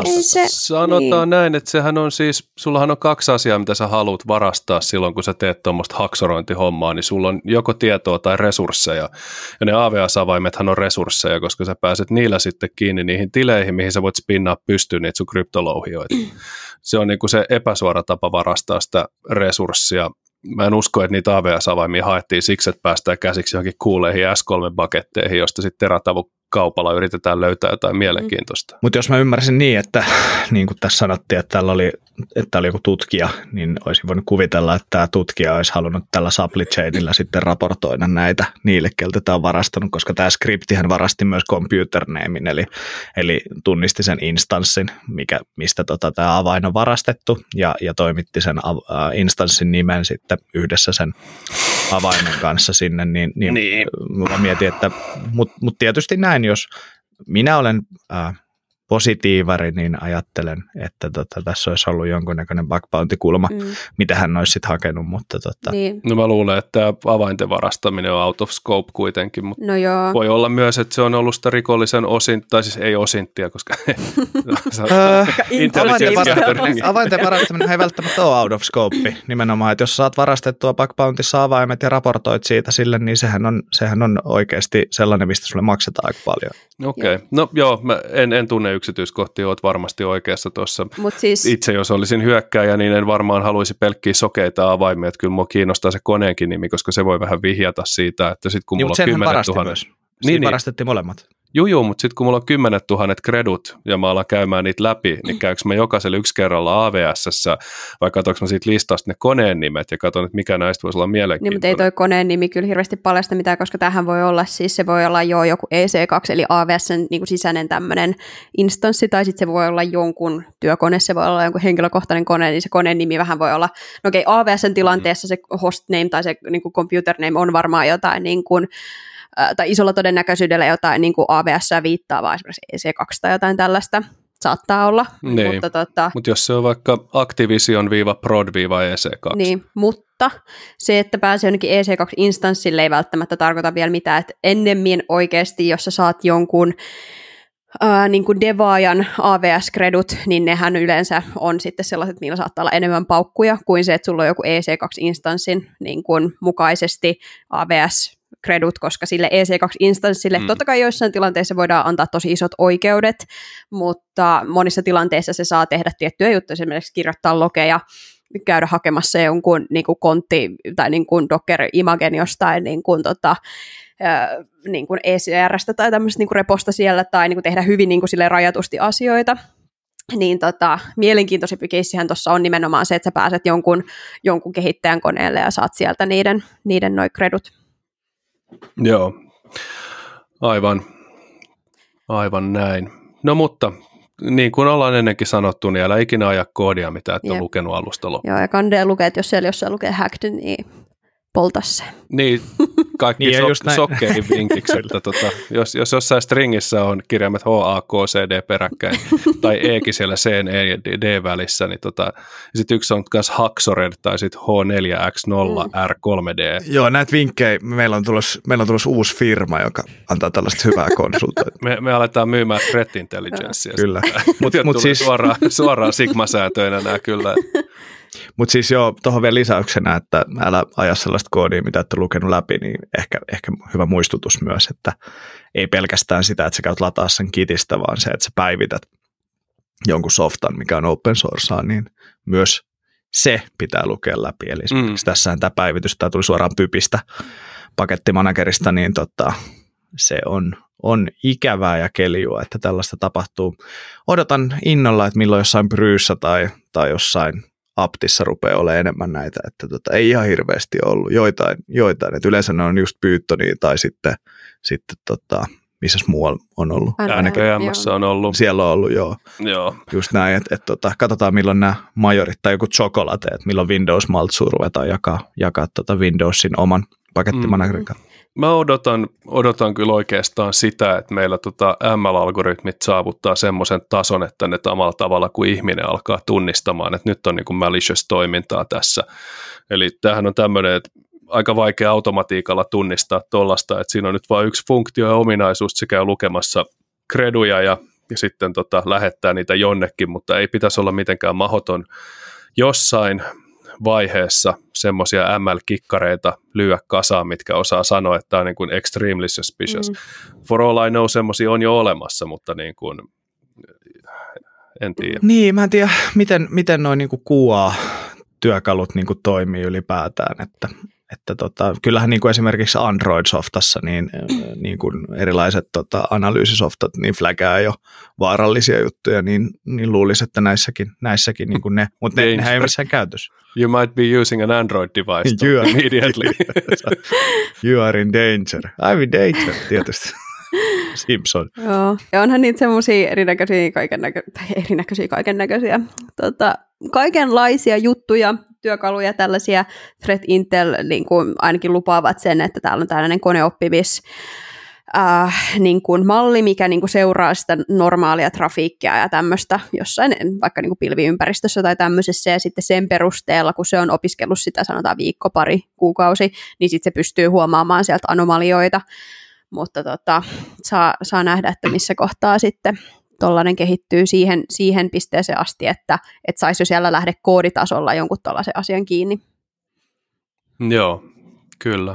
Sanotaan näin, että sehän on siis, sullahan on kaksi asiaa, mitä sä haluat varastaa silloin, kun sä teet tuommoista haksorointihommaa, niin sulla on joko tietoa tai resursseja, ja ne AWS-avaimethan on resursseja, koska sä pääset niillä sitten kiinni niihin tileihin, mihin sä voit spinnaa pystyyn niitä sun kryptolouhioita. Se on niin kuin se epäsuora tapa varastaa sitä resurssia. Mä en usko, että niitä AWS-avaimia haettiin siksi, että päästään käsiksi johonkin kuuleihin S3-paketteihin, josta sitten terätavun kaupalla yritetään löytää jotain mielenkiintoista. Mutta jos mä ymmärsin niin, että niin kuin tässä sanottiin, että täällä oli joku tutkija, niin olisin voinut kuvitella, että tämä tutkija olisi halunnut tällä supply chainilla sitten raportoida näitä niille, keltä tämä on varastanut, koska tämä skriptihän varasti myös computer namein, eli tunnisti sen instanssin, mistä tämä avain on varastettu, ja toimitti sen instanssin nimen sitten yhdessä sen avaimen kanssa sinne, niin. Mä mietin, että mut tietysti näin, jos minä olen positiivari, niin ajattelen, että tässä olisi ollut jonkunnäköinen bug bounty-kulma, mitä hän olisi sitten hakenut, mutta Niin. No mä luulen, että avainten varastaminen on out of scope kuitenkin, mutta voi olla myös, että se on ollut sitä rikollisen tai siis ei osinttia, koska avainten varastaminen ei välttämättä ole out of scope nimenomaan, että jos saat varastettua bug bountyssa avaimet ja raportoit siitä sille, niin sehän on oikeasti sellainen, mistä sulle maksetaan aika paljon. Okei. No joo, mä en tunne yksityiskohtia, olet varmasti oikeassa tuossa. Siis... Itse jos olisin hyökkääjä, niin en varmaan haluaisi pelkkiä sokeita avaimia, että kyllä mua kiinnostaa se koneenkin nimi, koska se voi vähän vihjata siitä, että sitten kun mulla on 10 000... Niin varastettiin molemmat. Joo, mutta sitten kun mulla on 10 000 kredut ja mä alan käymään niitä läpi, niin käykö mä jokaiselle yksi kerralla AWS:ssä vai katsoinko mä siitä listasta ne koneen nimet ja katson, että mikä näistä voisi olla mielenkiintoinen. Niin, mutta ei toi koneen nimi kyllä hirveästi paljasta mitään, koska tämähän voi olla, siis se voi olla joku EC2, eli AWS:n niin kuin sisäinen tämmöinen instanssi, tai sitten se voi olla jonkun työkone, se voi olla jonkun henkilökohtainen kone, niin se koneen nimi vähän voi olla, no okei, AWS:n tilanteessa se hostname tai se niin kuin computer name on varmaan jotain niin kuin tai isolla todennäköisyydellä jotain niin kuin AWS viittaavaa, esimerkiksi EC2 tai jotain tällaista saattaa olla. Niin. Mutta jos se on vaikka Activision-prod-EC2. Niin, mutta mutta se, että pääsee jonnekin EC2-instanssille ei välttämättä tarkoita vielä mitään, että ennemmin oikeasti, jos sä saat jonkun niin kuin devaajan AWS-kredut, niin nehän yleensä on sitten sellaiset, millä saattaa olla enemmän paukkuja kuin se, että sulla on joku EC2-instanssin niin kuin mukaisesti AWS-kredut, koska sille EC2-instanssille totta kai joissain tilanteissa voidaan antaa tosi isot oikeudet, mutta monissa tilanteissa se saa tehdä tiettyjä juttuja, esimerkiksi kirjoittaa logeja, käydä hakemassa jonkun niin kuin kontti tai niin kuin Docker-imagen jostain niin kuin ECR:stä tai tämmöistä niin kuin reposta siellä, tai niin kuin tehdä hyvin niin kuin silleen rajatusti asioita, niin mielenkiintoisempi keissihän tuossa on nimenomaan se, että sä pääset jonkun kehittäjän koneelle ja saat sieltä niiden noi kredut. Joo, aivan näin. No mutta, niin kuin ollaan ennenkin sanottu, niin älä ikinä aja koodia, mitä et ole lukenut alusta loppuun. Joo, ja kandee lukee, että jos siellä jossain lukee hacked, niin polta se. Niin, kaikki sokkeihin vinkiksi, että jos jossain stringissä on kirjaimet H, A, K, C, D peräkkäin, tai Ekin siellä C, E ja D välissä, niin sitten yksi on myös Haxored, tai sitten H4X0, R3D. Joo, näitä vinkkejä, meillä on tulossa uusi firma, joka antaa tällaista hyvää konsultointia. Me aletaan myymään threat intelligencea. Kyllä. Mutta siis suoraan Sigma-sääntöinä nämä kyllä. Mutta siis joo, tuohon vielä lisäyksenä, että älä aja sellaista koodia, mitä et ole lukenut läpi, niin ehkä hyvä muistutus myös, että ei pelkästään sitä, että sä käyt lataa sen kitistä, vaan se, että sä päivität jonkun softan, mikä on open sourcea, niin myös se pitää lukea läpi. Eli esimerkiksi tässähän tämä päivitys, tämä tuli suoraan pypistä pakettimanagerista, niin se on ikävää ja keljua, että tällaista tapahtuu. Odotan innolla, että milloin jossain Bryyssä tai jossain aptissa rupeaa olemaan enemmän näitä, että ei ihan hirveästi ollut joitain, että yleensä ne on just Pythonia tai sitten missäs muualla on ollut. NPM:ssä on ollut. Siellä on ollut, joo. Just näin, että katsotaan milloin nämä majorit tai joku Chocolate, että milloin Windows Maltsua ruvetaan jakaa Windowsin oman pakettimanagerin kanssa. Mä odotan kyllä oikeastaan sitä, että meillä ML-algoritmit saavuttaa semmoisen tason, että ne samalla tavalla kuin ihminen alkaa tunnistamaan, että nyt on niin kuin malicious toimintaa tässä. Eli tämähän on tämmöinen, että aika vaikea automatiikalla tunnistaa tuollaista, että siinä on nyt vain yksi funktio ja ominaisuus, se käy lukemassa kreduja ja sitten lähettää niitä jonnekin, mutta ei pitäisi olla mitenkään mahdoton jossain vaiheessa semmoisia ML-kikkareita lyödä kasaan, mitkä osaa sanoa, että tämä on niin kuin extremely suspicious. For all I know, semmoisia on jo olemassa, mutta niin kuin, en tiedä. Niin, mä en tiedä, miten noin niin kuin QA-työkalut niin kuin toimii ylipäätään, että kyllähän niin kuin esimerkiksi Android-softassa niin kuin erilaiset analyysisoftat niin flagaa jo vaarallisia juttuja, niin luulisi, että näissäkin niin kuin ne, mutta nehän ei missään käytössä. You might be using an Android device immediately. You are in danger. I'm in danger, tietysti. Simpson. Joo, ja onhan niitä semmoisia kaikennäköisiä kaikenlaisia juttuja, työkaluja, tällaisia Threat Intel niin kuin ainakin lupaavat sen, että täällä on tällainen koneoppimis niin kuin malli, mikä niin kuin seuraa sitä normaalia trafiikkia ja tämmöistä jossain vaikka niin kuin pilviympäristössä tai tämmöisessä, ja sitten sen perusteella, kun se on opiskellut sitä sanotaan viikko, pari, kuukausi, niin sitten se pystyy huomaamaan sieltä anomalioita, mutta saa nähdä, että missä kohtaa sitten tollainen kehittyy siihen pisteeseen asti, että saisi jo siellä lähde kooditasolla jonkun tollaisen asian kiinni. Joo, kyllä.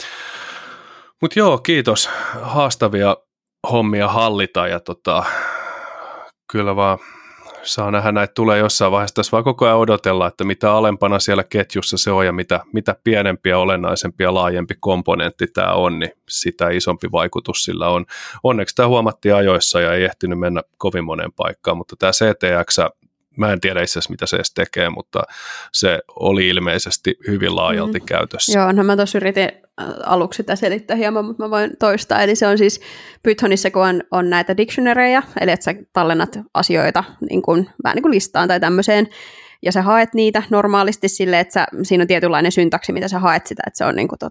Mutta joo, kiitos. Haastavia hommia hallita ja kyllä vaan saa nähdä, näitä tulee jossain vaiheessa. Tässä vaan koko ajan odotella, että mitä alempana siellä ketjussa se on ja mitä pienempi ja olennaisempi ja laajempi komponentti tämä on, niin sitä isompi vaikutus sillä on. Onneksi tämä huomattiin ajoissa ja ei ehtinyt mennä kovin moneen paikkaan, mutta tämä CTX, mä en tiedä itse asiassa mitä se edes tekee, mutta se oli ilmeisesti hyvin laajalti käytössä. Joo, no mä tuossa yritin aluksi sitä selittää hieman, mutta mä voin toistaa. Eli se on siis Pythonissa, kun on näitä dictionaryja, eli että sä tallennat asioita niin kuin, vähän niin kuin listaan tai tämmöiseen, ja sä haet niitä normaalisti silleen, että siinä on tietynlainen syntaksi, mitä sä haet sitä, että se on niin kuin,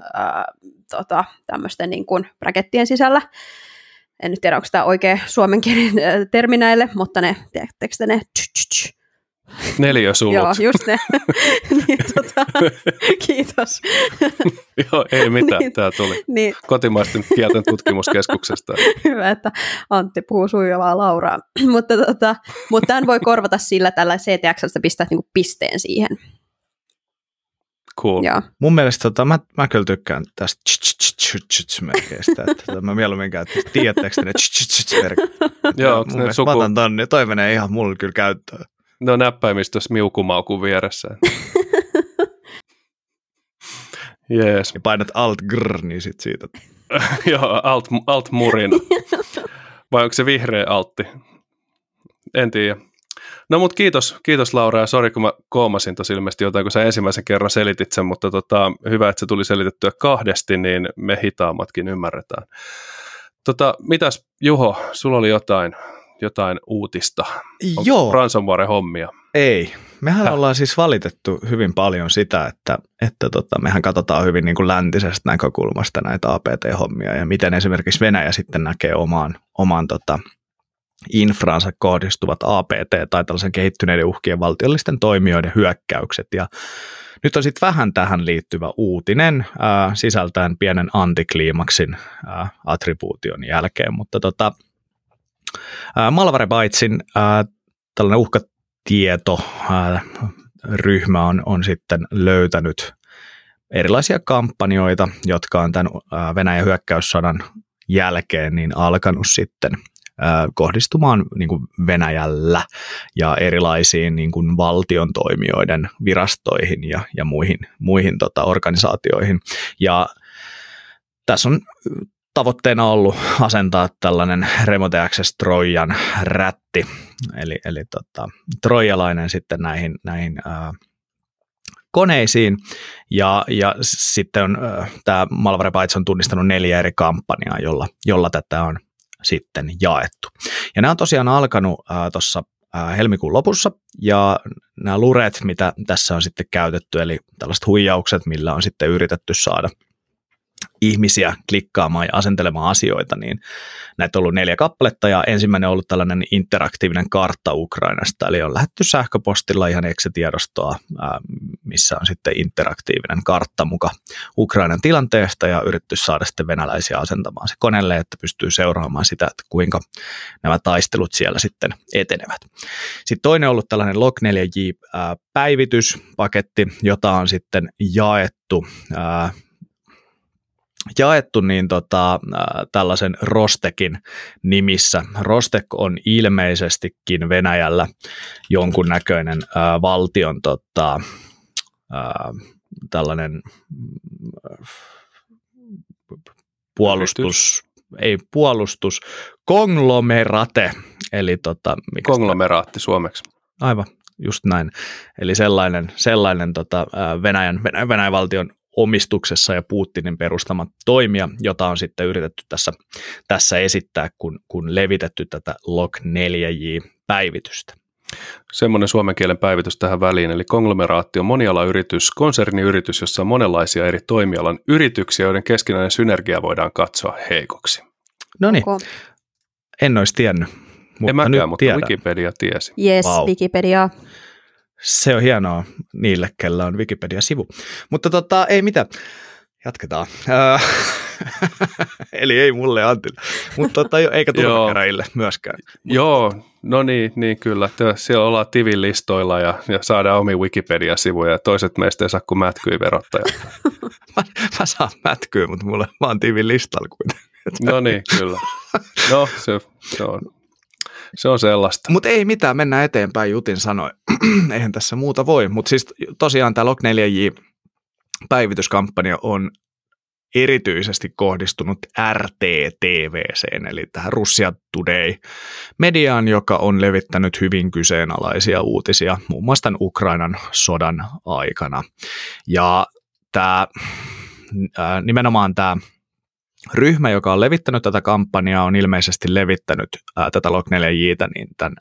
tämmöisten niin kuin brakettien sisällä. En nyt tiedä, onko tämä oikea suomenkielinen termi näille, mutta ne Neliösulut. Joo, just ne. Niin, kiitos. Joo, ei mitään, Niin, tämä tuli niin, kotimaisten kielten tutkimuskeskuksesta. hyvä, että Antti puhuu sujuvaa Lauraa. mutta tämän voi korvata sillä tällä CTX:stä pistää niinku pisteen siihen. Cool. Joo. Mun mielestä mä kyllä tykkään tästä merkeistä, että mä mieluummin käyttäisin, tiedättekö ne merkit? Joo, Mun mielestä mä otan ton, niin toi menee ihan mulle kyllä käyttöön. Ne on näppäimistössä miukumaukun vieressä. Jees. Ja painat alt grr, niin sit siitä. Joo, alt murina. Vai onko se vihreä altti? En tiedä. No mut kiitos Laura, ja sori kun mä koomasin tosi ilmeisesti jotain, kun sä ensimmäisen kerran selitit sen, mutta hyvä, että se tuli selitettyä kahdesti, niin me hitaammatkin ymmärretään. Mitäs Juho, sulla oli jotain uutista? Joo. Ransomware-hommia. Ei. Mehän ollaan siis valitettu hyvin paljon sitä, että mehän katsotaan hyvin niin kuin läntisestä näkökulmasta näitä APT-hommia ja miten esimerkiksi Venäjä sitten näkee omaan infraansa kohdistuvat APT tai tällaisen kehittyneiden uhkien valtiollisten toimijoiden hyökkäykset. Ja nyt on sitten vähän tähän liittyvä uutinen sisältäen pienen antikliimaksin attribuution jälkeen, mutta Malwarebytesin tällainen uhkatietoryhmä on sitten löytänyt erilaisia kampanjoita, jotka on tämän Venäjän hyökkäyssodan jälkeen niin alkanut sitten kohdistumaan niin kuin Venäjällä ja erilaisiin niin kuin valtion toimijoiden virastoihin ja muihin organisaatioihin. Ja tässä on tavoitteena ollut asentaa tällainen Remote Access Trojan rätti, eli trojalainen sitten näihin koneisiin, ja sitten tämä Malwarebytes on tunnistanut 4 eri kampanjaa, jolla tätä on sitten jaettu. Ja nämä on tosiaan alkanut tuossa helmikuun lopussa, ja nämä luret, mitä tässä on sitten käytetty, eli tällaiset huijaukset, millä on sitten yritetty saada ihmisiä klikkaamaan ja asentelemaan asioita, niin näitä on ollut 4 kappaletta, ja ensimmäinen on ollut tällainen interaktiivinen kartta Ukrainasta, eli on lähdetty sähköpostilla ihan Excel-tiedostoa, missä on sitten interaktiivinen kartta muka Ukrainan tilanteesta, ja yritetty saada sitten venäläisiä asentamaan se koneelle, että pystyy seuraamaan sitä, että kuinka nämä taistelut siellä sitten etenevät. Sitten toinen on ollut tällainen Log4j-päivityspaketti, jota on sitten jaettu niin tällaisen Rostekin nimissä. Rostek on ilmeisestikin Venäjällä jonkunnäköinen valtion tällainen konglomerate, eli konglomeraatti suomeksi. Aivan, just näin. Eli sellainen Venäjän valtion omistuksessa ja Putinin perustama toimija, jota on sitten yritetty tässä esittää, kun levitetty tätä Log4j-päivitystä. Semmoinen suomen kielen päivitys tähän väliin, eli konglomeraatti on monialayritys, konserniyritys, jossa on monenlaisia eri toimialan yrityksiä, joiden keskinäinen synergia voidaan katsoa heikoksi. No niin, en olisi tiennyt, mutta en mäkään, nyt mutta tiedän. Wikipedia tiesi. Yes, Wow. Wikipedia. Se on hienoa niille, kellä on Wikipedia-sivu. Mutta ei mitään. Jatketaan. Eli ei mulle Antille, mutta eikä turvakäräjille myöskään. Joo, no niin kyllä. Siellä ollaan Tivin listoilla ja saadaan omi Wikipedia-sivuja ja toiset meistä ei saa kuin mätkyä verottajat. Mä saan mätkyä, mutta mä oon Tivin listalla kuitenkin. No niin, kyllä. No, se on sellaista. Mutta ei mitään, mennään eteenpäin, Jutin sanoi. Eihän tässä muuta voi, mutta siis tosiaan tämä Log4j-päivityskampanja on erityisesti kohdistunut RT-TVC:n, eli tähän Russia Today-mediaan, joka on levittänyt hyvin kyseenalaisia uutisia, muun muassa tämän Ukrainan sodan aikana. Ja nimenomaan tämä ryhmä, joka on levittänyt tätä kampanjaa, on ilmeisesti levittänyt tätä Log4j:tä niin tämän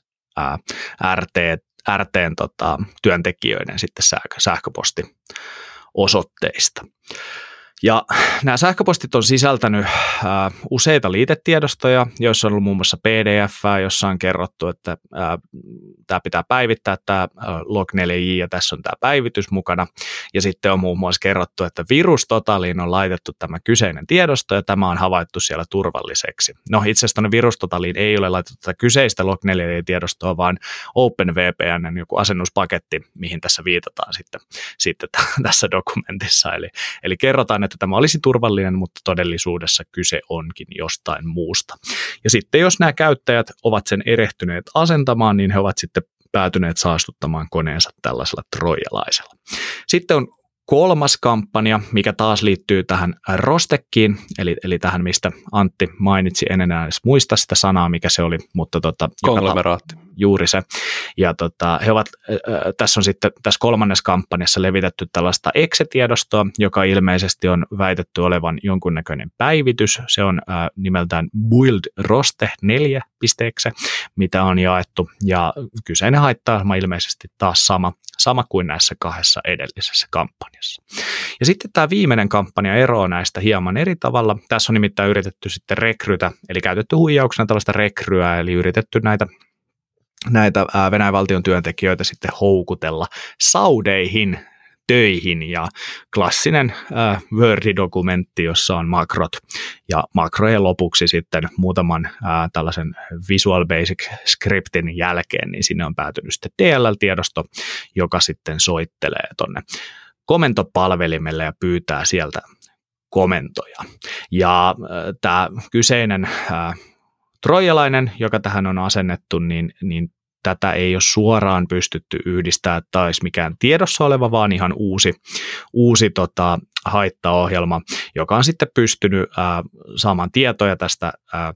RT:n työntekijöiden sitten sähköpostiosoitteista. Ja nämä sähköpostit on sisältänyt useita liitetiedostoja, joissa on ollut muun muassa PDF, jossa on kerrottu, että tämä pitää päivittää, tämä Log4j, ja tässä on tämä päivitys mukana. Ja sitten on muun muassa kerrottu, että virustotaliin on laitettu tämä kyseinen tiedosto, ja tämä on havaittu siellä turvalliseksi. No itse asiassa virustotaliin ei ole laitettu tätä kyseistä Log4j-tiedostoa, vaan OpenVPN, joku asennuspaketti, mihin tässä viitataan sitten tässä dokumentissa. Eli kerrotaan, että tämä olisi turvallinen, mutta todellisuudessa kyse onkin jostain muusta. Ja sitten jos nämä käyttäjät ovat sen erehtyneet asentamaan, niin he ovat sitten päätyneet saastuttamaan koneensa tällaisella troijalaisella. Sitten on kolmas kampanja, mikä taas liittyy tähän Rosteckiin, eli tähän, mistä Antti mainitsi, en enää edes muista sitä sanaa, mikä se oli, mutta konglomeraatti. Juuri se. Ja he ovat, tässä on sitten tässä kolmannessa kampanjassa levitetty tällaista exe-tiedostoa, joka ilmeisesti on väitetty olevan jonkunnäköinen päivitys. Se on nimeltään Build Roste 4.exe, mitä on jaettu, ja kyseinen haitta-ohjelma ilmeisesti taas sama kuin näissä kahdessa edellisessä kampanjassa. Ja sitten tämä viimeinen kampanja eroaa näistä hieman eri tavalla. Tässä on nimittäin yritetty sitten rekrytä, eli käytetty huijauksena tällaista rekryä, eli yritetty näitä Venäjän valtion työntekijöitä sitten houkutella saudeihin töihin, ja klassinen Word-dokumentti, jossa on makrot, ja makrojen lopuksi sitten muutaman tällaisen Visual Basic scriptin jälkeen, niin sinne on päätynyt sitten DLL-tiedosto, joka sitten soittelee tonne komentopalvelimelle ja pyytää sieltä komentoja. Ja tämä kyseinen troijalainen, joka tähän on asennettu, niin tätä ei ole suoraan pystytty yhdistämään, että tämä olisi mikään tiedossa oleva, vaan ihan uusi haittaohjelma, joka on sitten pystynyt saamaan tietoja tästä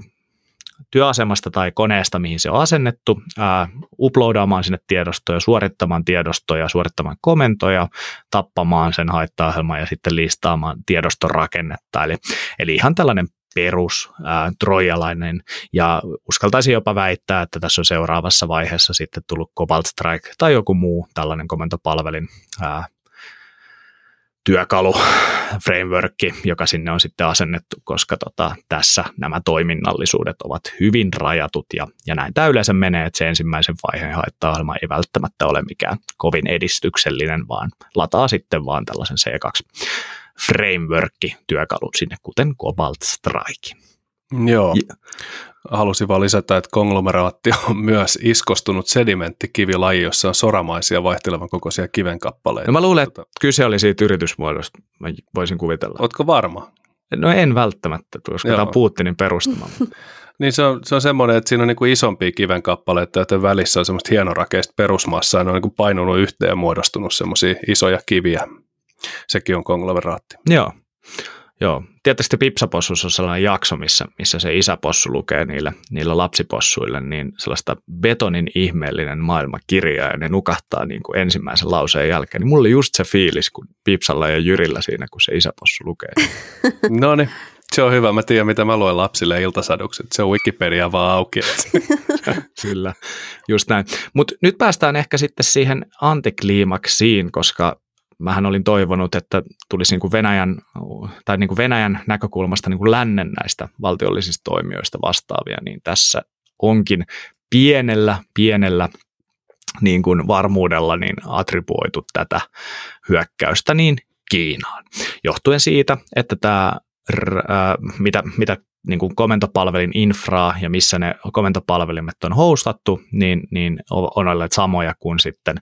työasemasta tai koneesta, mihin se on asennettu, uploadaamaan sinne tiedostoja, suorittamaan komentoja, tappamaan sen haittaohjelman ja sitten listaamaan tiedoston rakennetta. Eli ihan tällainen perus troijalainen, ja uskaltaisin jopa väittää, että tässä on seuraavassa vaiheessa sitten tullut Cobalt Strike tai joku muu tällainen komentopalvelin työkalu, frameworkki, joka sinne on sitten asennettu, koska tässä nämä toiminnallisuudet ovat hyvin rajatut, ja näin tämä yleensä menee, että se ensimmäisen vaiheen haittaohjelma ei välttämättä ole mikään kovin edistyksellinen, vaan lataa sitten vaan tällaisen C2 framework-työkalut sinne, kuten Cobalt Strike. Joo. Halusin vaan lisätä, että konglomeraatti on myös iskostunut sedimenttikivilaji, jossa on soramaisia vaihtelevan kokoisia kivenkappaleita. No mä luulen, että kyse oli siitä yritysmuodosta, mä voisin kuvitella. Ootko varma? No en välttämättä, koska tämä on Putinin perustama. Niin se on semmoinen, että siinä on niin kuin isompia kivenkappaleita, joten välissä on semmoista hienorakeista perusmassaa, ja ne on niin kuin painunut yhteen ja muodostunut semmoisia isoja kiviä. Sekin on konglomeraatti. Joo. Tietysti Pipsapossussa on sellainen jakso, missä se isäpossu lukee niillä lapsipossuille niin sellaista betonin ihmeellinen maailmankirjaa, ja ne nukahtaa niin kuin ensimmäisen lauseen jälkeen. Niin mulla oli just se fiilis, kun Pipsalla ja Jyrillä siinä, kun se isäpossu lukee. Noniin, se on hyvä. Mä tiedän, mitä mä luen lapsille iltasadukset. Se on Wikipedia vaan auki. Kyllä, just näin. Mutta nyt päästään ehkä sitten siihen antikliimaksiin, koska mähän olin toivonut, että tulisi niin kuin Venäjän näkökulmasta niin kuin lännen näistä valtiollisista toimijoista vastaavia, niin tässä onkin pienellä niin kuin varmuudella niin attribuoitu tätä hyökkäystä niin Kiinaan. Johtuen siitä, että tämä, mitä niin kuin komentopalvelin infraa ja missä ne komentopalvelimet on hostattu, niin on olleet samoja kuin sitten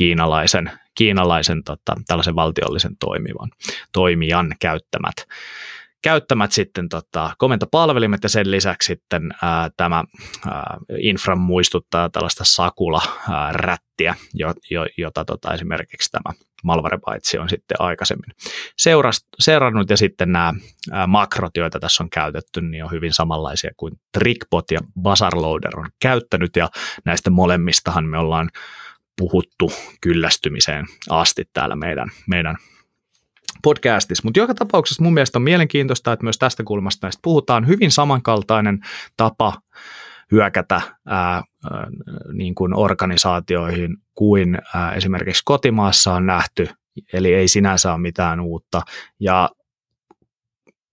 kiinalaisen tällaisen valtiollisen toimijan käyttämät sitten komentopalvelimet, ja sen lisäksi sitten tämä infra muistuttaa tällaista Sakula-rättiä, jota esimerkiksi tämä Malwarebytes on sitten aikaisemmin seurannut, ja sitten nämä makrot, joita tässä on käytetty, niin on hyvin samanlaisia kuin Trickbot ja Buzzerloader on käyttänyt, ja näistä molemmistahan me ollaan puhuttu kyllästymiseen asti täällä meidän podcastissa, mutta joka tapauksessa mun mielestä on mielenkiintoista, että myös tästä kulmasta näistä puhutaan. Hyvin samankaltainen tapa hyökätä niin kuin organisaatioihin kuin esimerkiksi kotimaassa on nähty, eli ei sinänsä ole mitään uutta, ja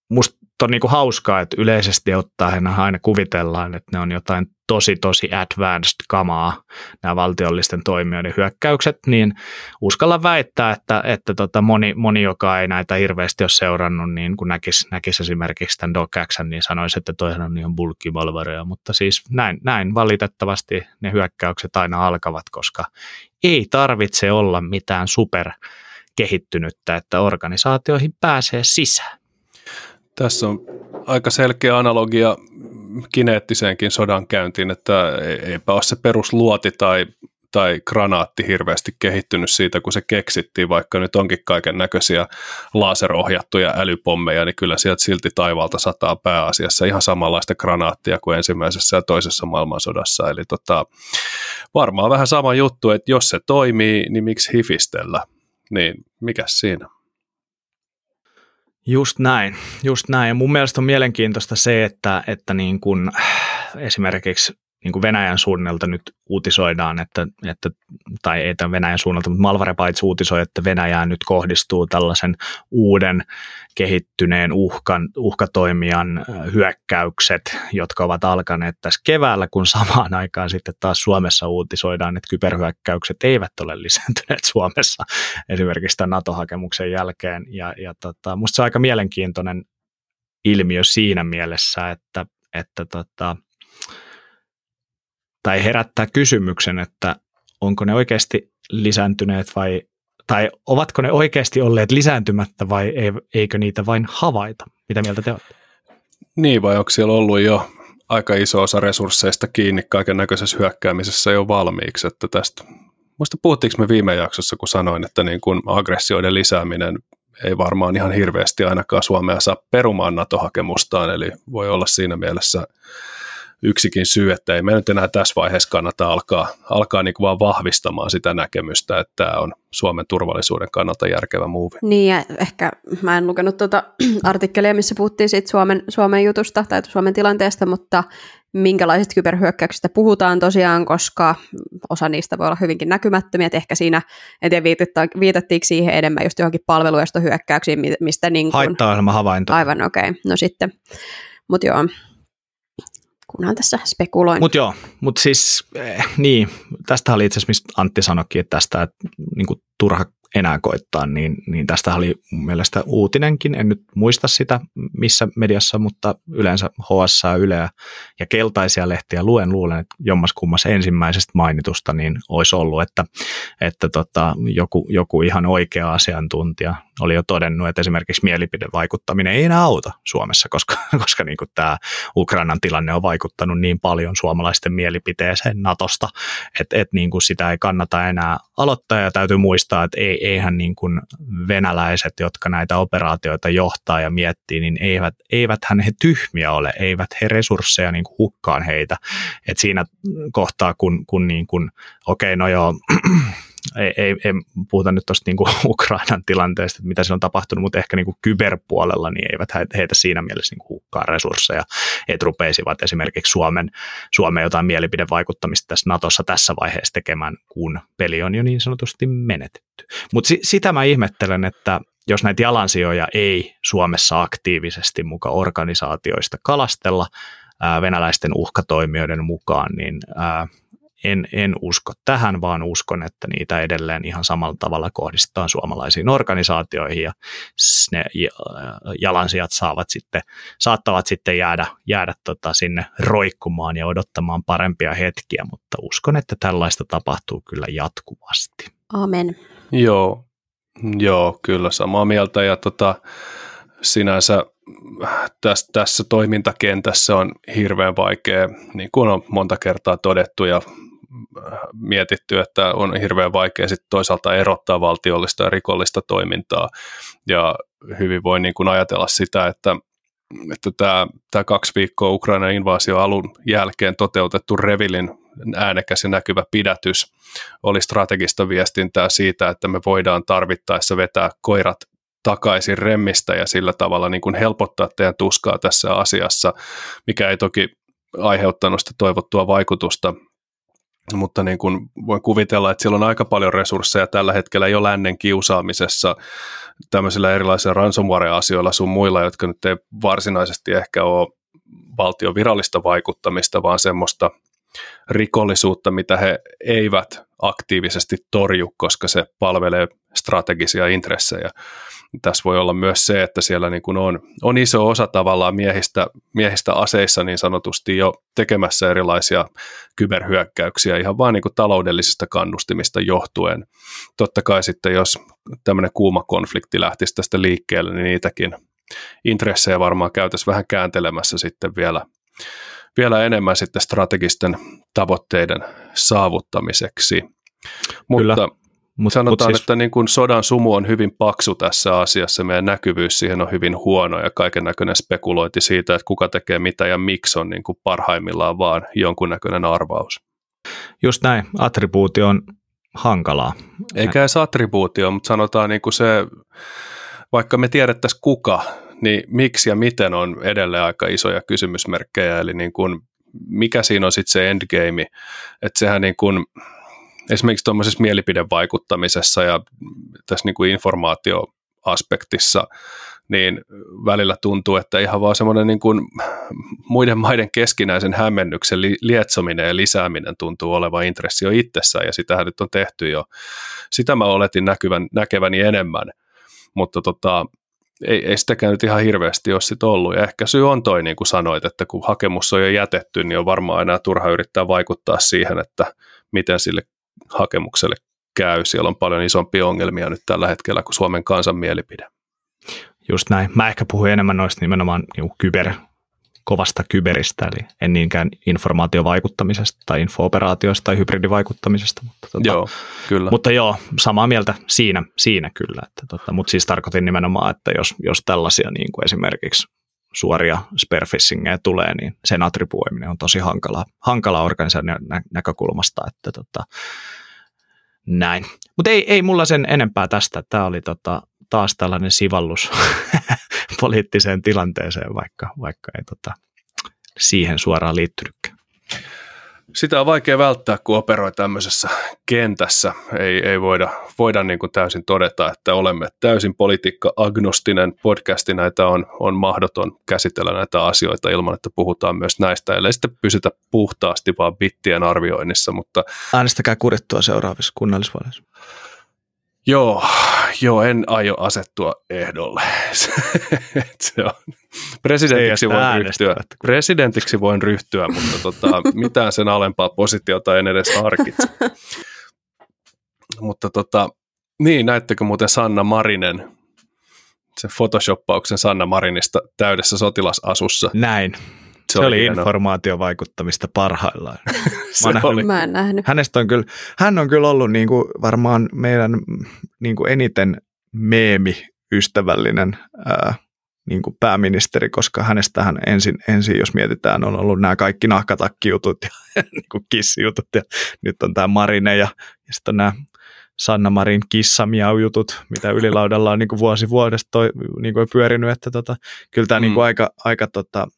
musta on niinku hauskaa, että yleisesti ottaen aina kuvitellaan, että ne on jotain tosi advanced kamaa, nämä valtiollisten toimijoiden hyökkäykset, niin uskalla väittää, että moni, joka ei näitä hirveästi ole seurannut, niin kun näkisi esimerkiksi tämän DocXn, niin sanoisi, että toihan on ihan bulkkimalvareja, mutta siis näin valitettavasti ne hyökkäykset aina alkavat, koska ei tarvitse olla mitään superkehittynyttä, että organisaatioihin pääsee sisään. Tässä on aika selkeä analogia kineettiseenkin sodankäyntiin, että eipä ole se perusluoti tai granaatti hirveästi kehittynyt siitä, kun se keksittiin, vaikka nyt onkin kaiken näköisiä laserohjattuja älypommeja, niin kyllä sieltä silti taivaalta sataa pääasiassa ihan samanlaista granaattia kuin ensimmäisessä ja toisessa maailmansodassa. Eli varmaan vähän sama juttu, että jos se toimii, niin miksi hifistellä? Niin mikäs siinä? Just näin. Ja mun mielestä on mielenkiintoista se, että niin kun esimerkiksi niin kuin Venäjän suunnalta nyt uutisoidaan, tai ei tämän Venäjän suunnalta, mutta Malware Bytes uutisoi, että Venäjään nyt kohdistuu tällaisen uuden kehittyneen uhkatoimijan hyökkäykset, jotka ovat alkaneet tässä keväällä, kun samaan aikaan sitten taas Suomessa uutisoidaan, että kyberhyökkäykset eivät ole lisääntyneet Suomessa esimerkiksi tämän NATO-hakemuksen jälkeen. Musta se on aika mielenkiintoinen ilmiö siinä mielessä, että tai herättää kysymyksen, että onko ne oikeasti lisääntyneet tai ovatko ne oikeasti olleet lisääntymättä vai eikö niitä vain havaita? Mitä mieltä te olette? Niin, vai onko siellä ollut jo aika iso osa resursseista kiinni kaiken näköisessä hyökkäämisessä jo valmiiksi, että tästä. Muista puhuttiinko me viime jaksossa, kun sanoin, että niin kun aggressioiden lisääminen ei varmaan ihan hirveästi ainakaan Suomea saa perumaan NATO-hakemustaan, eli voi olla siinä mielessä yksikin syy, että ei me nyt enää tässä vaiheessa kannata alkaa niin kuin vaan vahvistamaan sitä näkemystä, että tämä on Suomen turvallisuuden kannalta järkevä move. Niin, ja ehkä mä en lukenut tuota artikkelia, missä puhuttiin siitä Suomen jutusta tai Suomen tilanteesta, mutta minkälaisista kyberhyökkäyksistä puhutaan tosiaan, koska osa niistä voi olla hyvinkin näkymättömiä, että ehkä siinä, en tiedä viitattiinko siihen enemmän just johonkin palveluestohyökkäyksiin, mistä niin kuin haitta-ohjelma havainto. Aivan okei, no sitten, mutta joo. Kunhan tässä spekuloin. Mutta siis niin, tästä oli itse asiassa, mistä Antti sanoikin, että tästä että, niin kuin turha enää koittaa, niin tästä oli mun mielestä uutinenkin, en nyt muista sitä missä mediassa, mutta yleensä HS, Yle ja keltaisia lehtiä luulen, että jommaskummas ensimmäisestä mainitusta niin olisi ollut, että joku ihan oikea asiantuntija oli jo todennut, että esimerkiksi mielipidevaikuttaminen ei enää auta Suomessa, koska niin kuin tämä Ukrainan tilanne on vaikuttanut niin paljon suomalaisten mielipiteeseen Natosta, että niin kuin sitä ei kannata enää aloittaa, ja täytyy muistaa, että eihän niin kuin venäläiset, jotka näitä operaatioita johtaa ja miettii, niin eiväthän he tyhmiä ole, eivät he resursseja niin kuin hukkaan heitä. Et siinä kohtaa, kun niin kuin, okei, no joo, ei puhuta nyt tuosta niin kuin Ukrainan tilanteesta, että mitä siellä on tapahtunut, mutta ehkä niin kuin kyberpuolella niin eivät heitä siinä mielessä niin kuin hukkaa resursseja, että rupeisivat esimerkiksi Suomen jotain mielipidevaikuttamista tässä Natossa tässä vaiheessa tekemään, kun peli on jo niin sanotusti menetetty. Mutta sitä mä ihmettelen, että jos näitä jalansijoja ei Suomessa aktiivisesti muka organisaatioista kalastella venäläisten uhkatoimijoiden mukaan, niin en usko tähän, vaan uskon, että niitä edelleen ihan samalla tavalla kohdistetaan suomalaisiin organisaatioihin, ja ne jalansijat saattavat sitten jäädä sinne roikkumaan ja odottamaan parempia hetkiä, mutta uskon, että tällaista tapahtuu kyllä jatkuvasti. Amen. Joo, kyllä samaa mieltä, ja sinänsä tässä toimintakentässä on hirveän vaikea, niin kuin on monta kertaa todettu ja mietitty, että on hirveän vaikea sitten toisaalta erottaa valtiollista ja rikollista toimintaa, ja hyvin voi niin kuin ajatella sitä, että tämä 2 viikkoa Ukrainan invaasion alun jälkeen toteutettu Revilin äänekäs ja näkyvä pidätys oli strategista viestintää siitä, että me voidaan tarvittaessa vetää koirat takaisin remmistä ja sillä tavalla niin kuin helpottaa teidän tuskaa tässä asiassa, mikä ei toki aiheuttanut sitä toivottua vaikutusta mutta niin kuin voin kuvitella, että siellä on aika paljon resursseja tällä hetkellä jo lännen kiusaamisessa tämmöisillä erilaisilla ransomware-asioilla sun muilla, jotka nyt ei varsinaisesti ehkä ole valtion virallista vaikuttamista, vaan semmoista rikollisuutta, mitä he eivät aktiivisesti torju, koska se palvelee strategisia intressejä. Tässä voi olla myös se, että siellä niin kuin on iso osa tavallaan miehistä aseissa niin sanotusti jo tekemässä erilaisia kyberhyökkäyksiä ihan vain niin kuin taloudellisista kannustimista johtuen. Totta kai sitten, jos tämmöinen kuuma konflikti lähtisi tästä liikkeelle, niin niitäkin intressejä varmaan käytäisiin vähän kääntelemässä sitten vielä enemmän sitten strategisten tavoitteiden saavuttamiseksi. Mutta sanotaan, siis, että niin kuin sodan sumu on hyvin paksu tässä asiassa, meidän näkyvyys siihen on hyvin huono ja kaiken näköinen spekulointi siitä, että kuka tekee mitä ja miksi on niin kuin parhaimmillaan vaan jonkunnäköinen arvaus. Just näin, attribuutio on hankalaa. Eikä edes attribuutio, mutta sanotaan niin kuin se, vaikka me tiedettäisiin kuka, niin miksi ja miten on edelleen aika isoja kysymysmerkkejä, eli niin kuin, mikä siinä on sitten se endgame, että sehän niin kuin, esimerkiksi tuommoisessa mielipidevaikuttamisessa ja tässä niin kuin informaatioaspektissa, niin välillä tuntuu, että ihan vaan semmoinen niin kuin muiden maiden keskinäisen hämmennyksen lietsominen ja lisääminen tuntuu olevan intressi jo itsessään, ja sitähän nyt on tehty jo. Sitä mä oletin näkeväni enemmän, mutta ei sitäkään nyt ihan hirveästi ole sit ollut, ja ehkä syy on toi, niin kuin sanoit, että kun hakemus on jo jätetty, niin on varmaan enää turha yrittää vaikuttaa siihen, että miten sille hakemukselle käy. Siellä on paljon isompia ongelmia nyt tällä hetkellä kuin Suomen kansan mielipide. Just näin. Mä ehkä puhuin enemmän noista nimenomaan kovasta kyberistä, eli en niinkään informaatiovaikuttamisesta tai info-operaatioista tai hybridivaikuttamisesta. Joo, kyllä. Mutta joo, samaa mieltä siinä kyllä. Mutta siis tarkoitin nimenomaan, että jos tällaisia niin kuin esimerkiksi suoria spearfishingeja tulee, niin sen attribuoiminen on tosi hankalaa organisaation näkökulmasta. Että näin. Mutta ei mulla sen enempää tästä. Tämä oli taas tällainen sivallus poliittiseen tilanteeseen, vaikka ei siihen suoraan liittynytkään. Sitä on vaikea välttää, kun operoi tämmöisessä kentässä. Ei voida niin kuin täysin todeta, että olemme täysin politiikka-agnostinen podcasti. Näitä on mahdoton käsitellä näitä asioita ilman, että puhutaan myös näistä. Ellei sitten pysytä puhtaasti vaan bittien arvioinnissa. Mutta äänestäkää kurittua seuraavissa kunnallisvaaleissa. Joo, en aio asettua ehdolle. Se on. Presidentiksi voin ryhtyä, mutta mitään sen alempaa positiota en edes harkitse. Mutta niin, näettekö muuten Sanna Marinen, sen photoshoppauksen Sanna Marinista täydessä sotilasasussa? Näin. Se oli informaatiovaikuttamista parhaillaan. Mä en nähnyt. Hän on kyllä ollut niin kuin varmaan meidän niin kuin eniten meemi-ystävällinen niin kuin pääministeri, koska hänestähän ensin, jos mietitään, on ollut nämä kaikki nahkatakkijutut ja niin kuin kissijutut, ja nyt on tämä Marine ja sitten on nämä Sanna Marin kissamiau-jutut, mitä ylilaudalla on niin kuin vuosi vuodesta niin kuin pyörinyt, että kyllä tämä niin kuin aika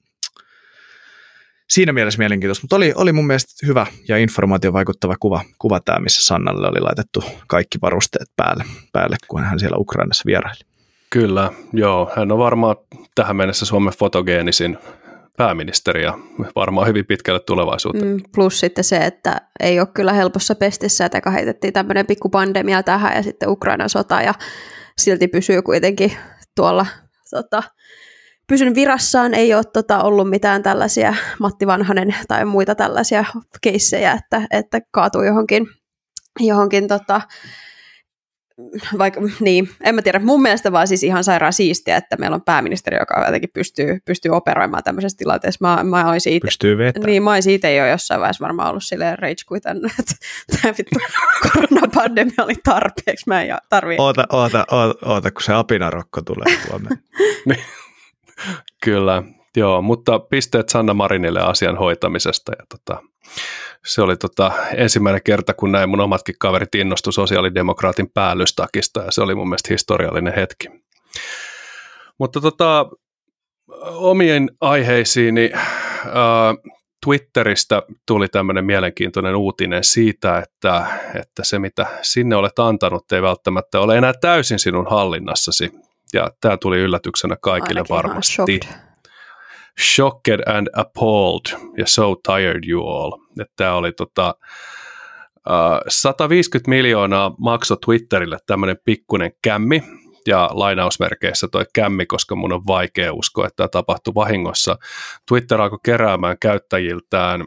siinä mielessä mielenkiintoista, mutta oli mun mielestä hyvä ja informaatio vaikuttava kuva tämä, missä Sannalle oli laitettu kaikki varusteet päälle, kun hän siellä Ukrainassa vieraili. Kyllä, joo. Hän on varmaan tähän mennessä Suomen fotogeenisin pääministeri ja varmaan hyvin pitkälle tulevaisuutta. Plus sitten se, että ei ole kyllä helpossa pestissä, että heitettiin tämmöinen pikku pandemia tähän ja sitten Ukrainan sota ja silti pysyy kuitenkin tuolla pysyn virassaan, ei ole ollut mitään tällaisia Matti Vanhanen tai muita tällaisia keissejä, että kaatuu johonkin vaikka, niin, en mä tiedä, mun mielestä vaan siis ihan sairaan siistiä, että meillä on pääministeri, joka jotenkin pystyy operoimaan tämmöisessä tilanteessa. Mä olisin itse, pystyy vetämään. Niin, mä olisin itse jo jossain vaiheessa varmaan ollut silleen rage quitän, että tämä vittu koronapandemia oli tarpeeksi, mä en tarvitse. Oota, kun se apinarokko tulee huomenna. Kyllä, joo, mutta pisteet Sanna Marinille asian hoitamisesta. Ja se oli ensimmäinen kerta, kun näin mun omatkin kaverit innostui sosiaalidemokraatin päällystakista, ja se oli mun mielestä historiallinen hetki. Mutta omien aiheisiini Twitteristä tuli tämmöinen mielenkiintoinen uutinen siitä, että se mitä sinne olet antanut ei välttämättä ole enää täysin sinun hallinnassasi. Ja tämä tuli yllätyksenä kaikille Ainakin varmasti. Shocked and appalled ja so tired you all. Tämä oli 150 miljoonaa maksoi Twitterille tämmöinen pikkuinen kämmi, ja lainausmerkeissä toi kämmi, koska mun on vaikea uskoa, että tämä tapahtui vahingossa. Twitter alkoi keräämään käyttäjiltään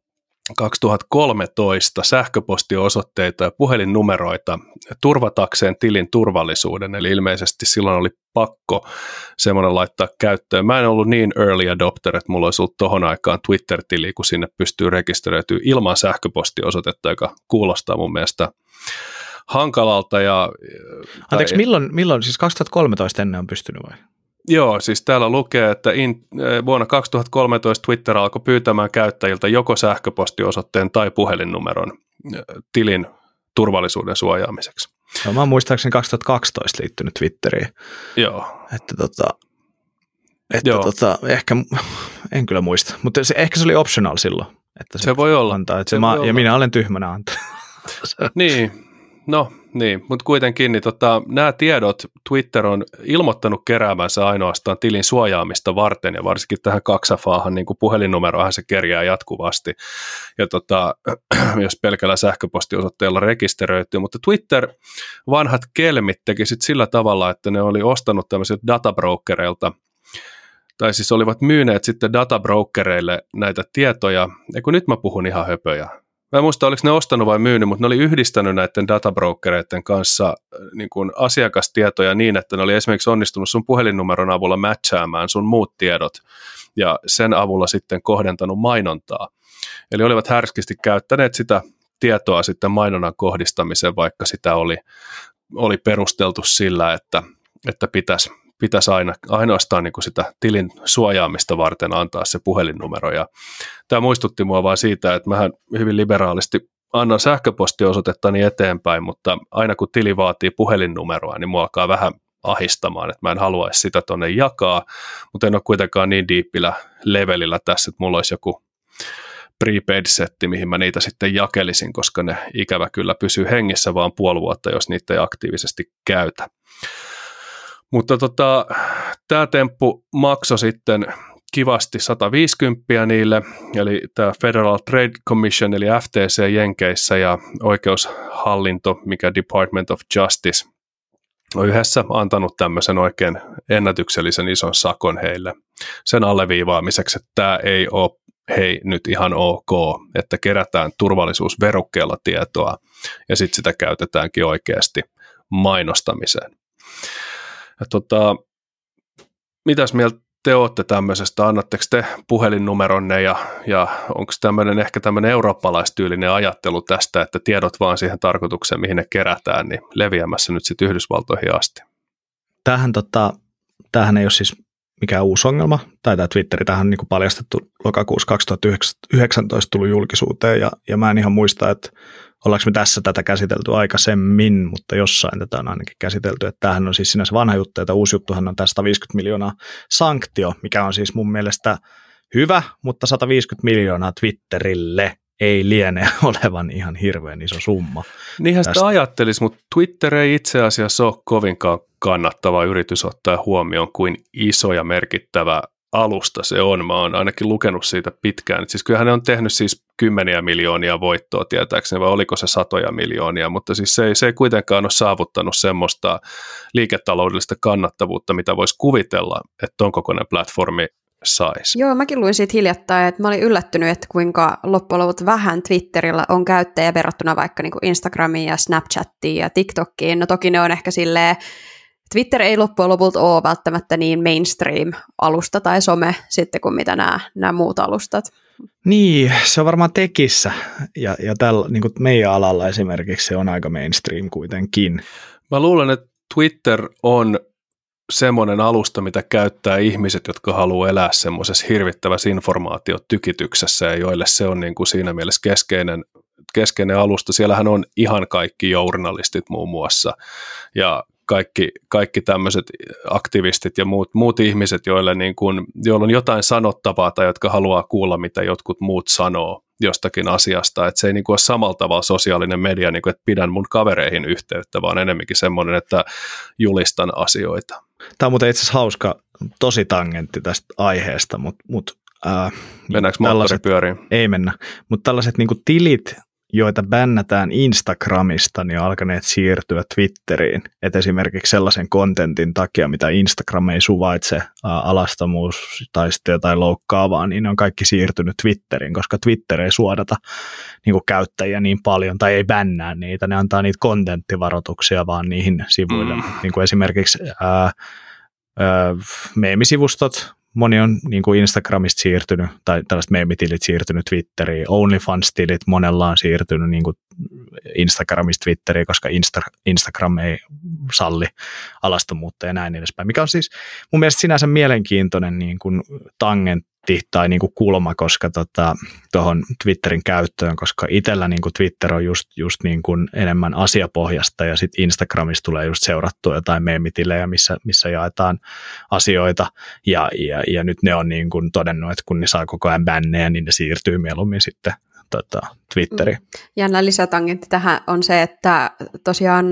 2013 sähköpostiosoitteita ja puhelinnumeroita turvatakseen tilin turvallisuuden, eli ilmeisesti silloin oli pakko semmoinen laittaa käyttöön. Mä en ollut niin early adopter, että mulla olisi ollut tohon aikaan Twitter-tili, kun sinne pystyy rekisteröityä ilman sähköpostiosoitetta, joka kuulostaa mun mielestä hankalalta. Anteeksi, milloin siis 2013 ennen on pystynyt vai? Joo, siis täällä lukee, että vuonna 2013 Twitter alkoi pyytämään käyttäjiltä joko sähköpostiosoitteen tai puhelinnumeron tilin turvallisuuden suojaamiseksi. No, mä oon muistaakseni 2012 liittynyt Twitteriin. Joo. Ehkä, en kyllä muista, mutta ehkä se oli optional silloin. Että se voi olla. Antaa, että ja minä olen tyhmänä antaa. Niin, mutta kuitenkin niin nämä tiedot Twitter on ilmoittanut keräämänsä ainoastaan tilin suojaamista varten, ja varsinkin tähän 2FA:han niin kuin puhelinnumeroahan se kerjää jatkuvasti, ja jos pelkällä sähköpostiosoitteella rekisteröityy, mutta Twitter vanhat kelmit teki sit sillä tavalla, että ne oli ostanut tämmöisiltä databrokereilta, tai siis olivat myyneet sitten databrokereille näitä tietoja, kun nyt mä puhun ihan höpöjä. Mä en muista, oliko ne ostanut vai myynyt, mutta ne oli yhdistänyt näiden databrokereiden kanssa niin kuin asiakastietoja niin, että ne oli esimerkiksi onnistunut sun puhelinnumeron avulla matchaamaan sun muut tiedot ja sen avulla sitten kohdentanut mainontaa. Eli olivat härskisti käyttäneet sitä tietoa sitten mainonnan kohdistamiseen, vaikka sitä oli perusteltu sillä, että pitäisi ainoastaan niin kuin sitä tilin suojaamista varten antaa se puhelinnumero. Ja tämä muistutti mua vaan siitä, että mähän hyvin liberaalisti annan sähköpostiosoitettani eteenpäin, mutta aina kun tili vaatii puhelinnumeroa, niin mua alkaa vähän ahistamaan, että mä en haluaisi sitä tonne jakaa, mutta en ole kuitenkaan niin diippillä levelillä tässä, että mulla olisi joku prepaid-setti, mihin mä niitä sitten jakelisin, koska ne ikävä kyllä pysyy hengissä vaan puoli vuotta, jos niitä ei aktiivisesti käytä. Mutta tämä temppu maksoi sitten kivasti 150 niille, eli tämä Federal Trade Commission, eli FTC Jenkeissä ja oikeushallinto, mikä Department of Justice, on yhdessä antanut tämmöisen oikein ennätyksellisen ison sakon heille sen alleviivaamiseksi, että tämä ei ole nyt ihan ok, että kerätään turvallisuusverukkeella tietoa ja sitten sitä käytetäänkin oikeasti mainostamiseen. Mitäs mieltä te olette tämmöisestä? Annatteko te puhelinnumeronne ja onko ehkä tämmöinen eurooppalaistyylinen ajattelu tästä, että tiedot vaan siihen tarkoitukseen, mihin ne kerätään, niin leviämässä nyt sitten Yhdysvaltoihin asti? Tämähän ei ole siis mikään uusi ongelma, tai tämä Twitteri, tämähän on niin kuin paljastettu lokakuussa 2019 tullut julkisuuteen, ja mä en ihan muista, että ollaanko me tässä tätä käsitelty aikaisemmin, mutta jossain tätä on ainakin käsitelty, että tämähän on siis sinänsä vanha juttu, että uusi juttuhan on tämä 150 miljoonaa sanktio, mikä on siis mun mielestä hyvä, mutta 150 miljoonaa Twitterille ei liene olevan ihan hirveän iso summa. Niinhän sitä ajattelisi, mutta Twitter ei itse asiassa ole kovinkaan kannattava yritys ottaa huomioon, kuin iso ja merkittävä alusta se on. Mä oon ainakin lukenut siitä pitkään. Siis kyllähän ne on tehnyt siis kymmeniä miljoonia voittoa tietääkseni, vai oliko se satoja miljoonia, mutta siis se ei kuitenkaan ole saavuttanut semmoista liiketaloudellista kannattavuutta, mitä voisi kuvitella, että ton kokoinen platformi saisi. Joo, mäkin luin siitä hiljattain, että mä olin yllättynyt, että kuinka loppujen lopuksi vähän Twitterillä on käyttäjä verrattuna vaikka niin kuin Instagramiin ja Snapchattiin ja TikTokiin. No toki ne on ehkä silleen, Twitter ei loppujen lopulta ole välttämättä niin mainstream-alusta tai some sitten kuin mitä nämä muut alustat. Niin, se on varmaan tekissä ja tällä, niin kuin meidän alalla esimerkiksi se on aika mainstream kuitenkin. Mä luulen, että Twitter on semmoinen alusta, mitä käyttää ihmiset, jotka haluaa elää semmoisessa hirvittävässä informaatiotykityksessä ja joille se on niin kuin siinä mielessä keskeinen alusta. Siellähän on ihan kaikki journalistit muun muassa ja kaikki tämmöiset aktivistit ja muut ihmiset, joilla on jotain sanottavaa tai jotka haluaa kuulla, mitä jotkut muut sanoo jostakin asiasta, että se ei ole samalla tavalla sosiaalinen media, että pidän mun kavereihin yhteyttä, vaan enemmänkin semmoinen, että julistan asioita. Tämä on muuten itse asiassa hauska, tosi tangentti tästä aiheesta, mutta mennäänkö moottoripyöriin? Ei mennä, mutta tällaiset tilit, joita bännätään Instagramista, niin on alkaneet siirtyä Twitteriin. Et esimerkiksi sellaisen kontentin takia, mitä Instagram ei suvaitse, alastomuus tai sitten jotain loukkaavaa, niin ne on kaikki siirtynyt Twitteriin, koska Twitter ei suodata käyttäjiä niin paljon, tai ei bännää niitä, ne antaa niitä kontenttivaroituksia vaan niihin sivuille. Niin kuin esimerkiksi meemisivustot, moni on Instagramista siirtynyt, tai tällaiset meemitilit siirtynyt Twitteriin, OnlyFans-tilit monella on siirtynyt Instagramista Twitteriin, koska Instagram ei salli alastomuutta ja näin edespäin, mikä on siis mun mielestä sinänsä mielenkiintoinen tangentti tai kulma, koska tuohon Twitterin käyttöön, koska itsellä Twitter on just enemmän asiapohjasta ja sitten Instagramissa tulee just seurattua jotain meemitilejä, missä jaetaan asioita ja nyt ne on todennut, että kun ne saa koko ajan bännejä, niin ne siirtyy mieluummin sitten Twitteriin. Jännä lisätangentti tähän on se, että tosiaan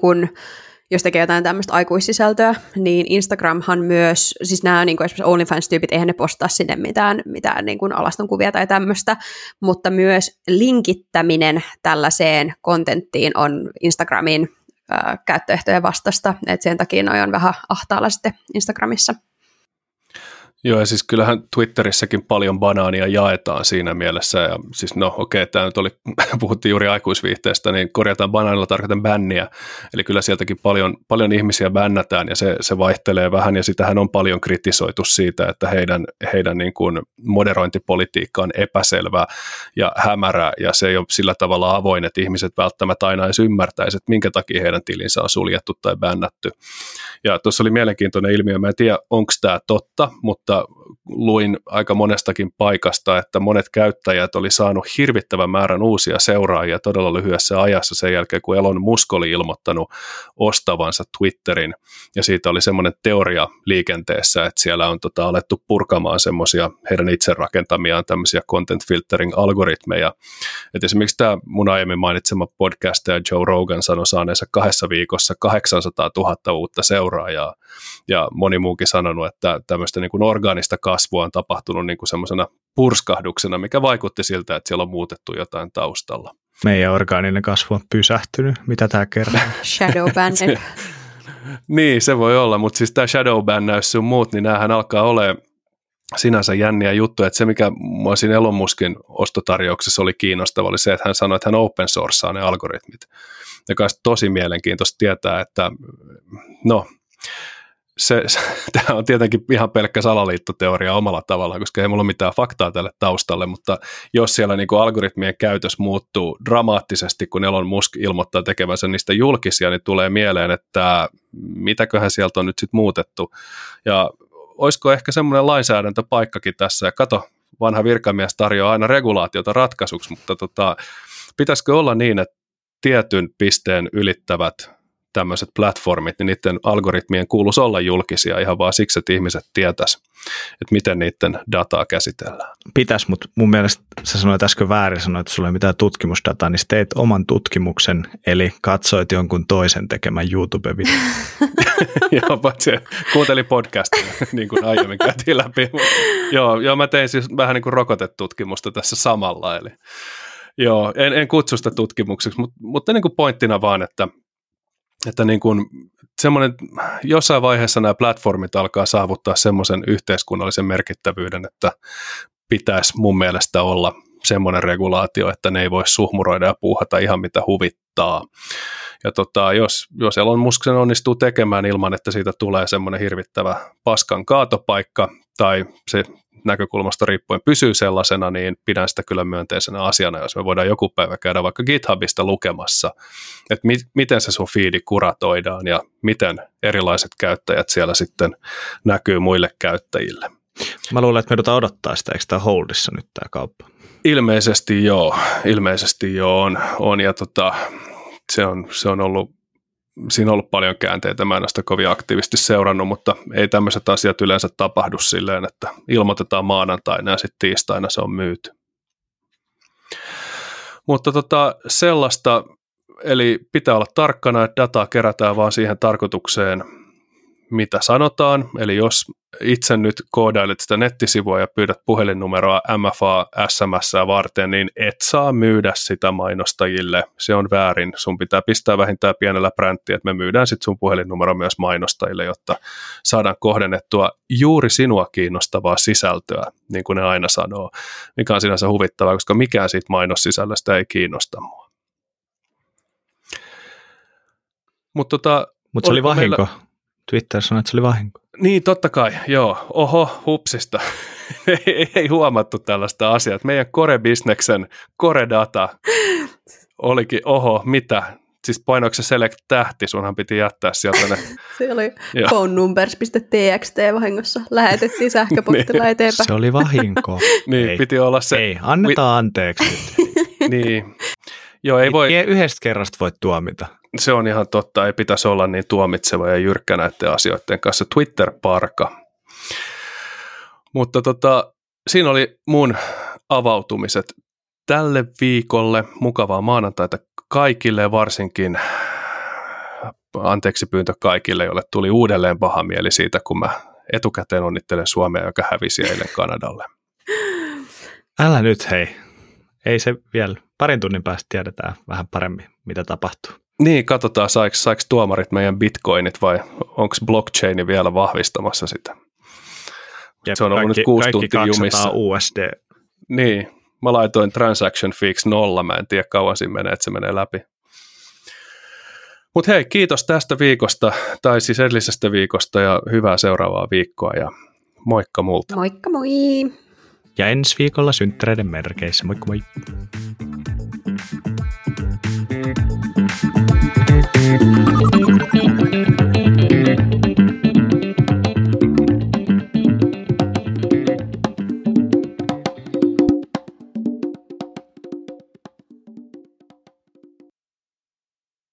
jos tekee jotain tämmöistä aikuissisältöä, niin Instagramhan myös, siis nämä esimerkiksi OnlyFans-tyypit, eihän ne postaa sinne mitään alaston kuvia tai tämmöistä, mutta myös linkittäminen tällaiseen kontenttiin on Instagramin käyttöehtojen vastasta, että sen takia noi on vähän ahtaalla sitten Instagramissa. Joo, ja siis kyllähän Twitterissäkin paljon banaania jaetaan siinä mielessä, ja siis tämä nyt puhuttiin juuri aikuisviihteestä, niin korjataan banaanilla, tarkoitan bänniä, eli kyllä sieltäkin paljon ihmisiä bännätään, ja se vaihtelee vähän, ja sitähän on paljon kritisoitu siitä, että heidän moderointipolitiikka on epäselvä ja hämärä, ja se ei ole sillä tavalla avoin, että ihmiset välttämättä aina edes ymmärtäisivät, että minkä takia heidän tilinsä on suljettu tai bännätty. Ja tuossa oli mielenkiintoinen ilmiö, mä en tiedä, onko tämä totta, mutta luin aika monestakin paikasta, että monet käyttäjät oli saanut hirvittävän määrän uusia seuraajia todella lyhyessä ajassa sen jälkeen, kun Elon Musk oli ilmoittanut ostavansa Twitterin, ja siitä oli semmoinen teoria liikenteessä, että siellä on alettu purkamaan semmoisia heidän itse rakentamiaan tämmöisiä content filtering algoritmeja, että esimerkiksi tämä mun aiemmin mainitsema podcastaja Joe Rogan sanoi saaneensa 2 viikossa 800 000 uutta seuraajaa, ja moni muukin sanonut, että tämmöistä orgaanista kasvua on tapahtunut semmoisena purskahduksena, mikä vaikutti siltä, että siellä on muutettu jotain taustalla. Meidän orgaaninen kasvu on pysähtynyt. Mitä tämä kertoo? Shadowbanned. Niin, se voi olla, mutta siis tämä shadowbannäys sun muut, niin näähän alkaa olemaan sinänsä jänniä juttuja, että se mikä mua siinä Elon Muskin ostotarjouksessa oli kiinnostava, oli se, että hän sanoi, että hän open sourcea ne algoritmit, joka on tosi mielenkiintoista tietää, että tämä on tietenkin ihan pelkkä salaliittoteoria omalla tavallaan, koska ei mulla ole mitään faktaa tälle taustalle, mutta jos siellä algoritmien käytös muuttuu dramaattisesti, kun Elon Musk ilmoittaa tekevänsä niistä julkisia, niin tulee mieleen, että mitäköhän sieltä on nyt sitten muutettu. Ja olisiko ehkä semmoinen lainsäädäntöpaikkakin tässä, ja kato, vanha virkamies tarjoaa aina regulaatiota ratkaisuksi, mutta pitäisikö olla niin, että tietyn pisteen ylittävät tämmöiset platformit, niin niiden algoritmien kuuluisi olla julkisia ihan vaan siksi, että ihmiset tietäisi, että miten niiden dataa käsitellään. Pitäisi, mutta mun mielestä sä sanoit äsken väärin, sanoit, että sulla ei mitään tutkimusdataa, niin teit oman tutkimuksen, eli katsoit jonkun toisen tekemän YouTube-videon. Joo, paitsi kuuntelin podcastia, niin kuin aiemmin käytiin läpi. Joo, mä tein siis vähän niin kuin rokotetutkimusta tässä samalla, eli joo, en kutsu sitä tutkimukseksi, mutta niin kuin pointtina vaan, että niin kuin semmoinen, jossain vaiheessa nämä platformit alkaa saavuttaa semmoisen yhteiskunnallisen merkittävyyden, että pitäisi mun mielestä olla semmoinen regulaatio, että ne ei voi suhmuroida ja puuhata ihan mitä huvittaa. Ja jos Elon Musk sen onnistuu tekemään ilman, että siitä tulee semmoinen hirvittävä paskan kaatopaikka tai se näkökulmasta riippuen pysyy sellaisena, niin pidän sitä kyllä myönteisenä asiana, jos me voidaan joku päivä käydä vaikka GitHubista lukemassa, että miten se sun feedi kuratoidaan ja miten erilaiset käyttäjät siellä sitten näkyy muille käyttäjille. Mä luulen, että me joudutaan odottaa sitä, eikö tämä holdissa nyt tämä kauppa? Ilmeisesti joo on ja se on ollut siinä on ollut paljon käänteitä, mä en ole sitä kovin aktiivisesti seurannut, mutta ei tämmöiset asiat yleensä tapahdu silleen, että ilmoitetaan maanantaina ja sitten tiistaina se on myyty. Mutta sellaista, eli pitää olla tarkkana, että dataa kerätään vaan siihen tarkoitukseen, mitä sanotaan. Eli jos itse nyt koodailet sitä nettisivua ja pyydät puhelinnumeroa MFA-SMS:ää varten, niin et saa myydä sitä mainostajille. Se on väärin. Sun pitää pistää vähintään pienellä bränttiä, että me myydään sitten sun puhelinnumero myös mainostajille, jotta saadaan kohdennettua juuri sinua kiinnostavaa sisältöä, niin kuin ne aina sanoo, mikä on sinänsä huvittavaa, koska mikään siitä mainossisällöstä ei kiinnosta mua. Mutta se oli vahinko. Twitter sanoi, että se oli vahinko. Niin, totta kai, joo. Oho, hupsista. ei huomattu tällaista asiaa. Meidän core-bisneksen core-data olikin, oho, mitä? Siis painoiko se select-tähti? Sunhan piti jättää sieltä ne. Se oli phonenumbers.txt vahingossa. Lähetettiin sähköpostilla eteenpäin. Se oli vahinko. Niin, ei. Piti olla se. Ei, annetaan anteeksi. Niin. Joo, ei voi. Yhdestä kerrasta voi tuomita. Se on ihan totta, ei pitäisi olla niin tuomitseva ja jyrkkä näiden asioiden kanssa. Twitter-parka. Mutta siinä oli mun avautumiset tälle viikolle. Mukavaa maanantaita kaikille ja varsinkin anteeksi pyyntö kaikille, joille tuli uudelleen paha mieli siitä, kun mä etukäteen onnittelen Suomea, joka hävisi eilen Kanadalle. Älä nyt hei. Ei se vielä. Parin tunnin päästä tiedetään vähän paremmin, mitä tapahtuu. Niin, katsotaan, saiko tuomarit meidän bitcoinit vai onko blockchaini vielä vahvistamassa sitä. Se on ollut nyt 6 tuntia jumissa. USD. Niin, mä laitoin transaction fees 0, mä en tiedä kauan siinä menee, että se menee läpi. Mutta hei, kiitos tästä viikosta, tai siis edellisestä viikosta ja hyvää seuraavaa viikkoa ja moikka multa. Moikka moi! Ja ensi viikolla synttäreiden merkeissä. Moikka moi!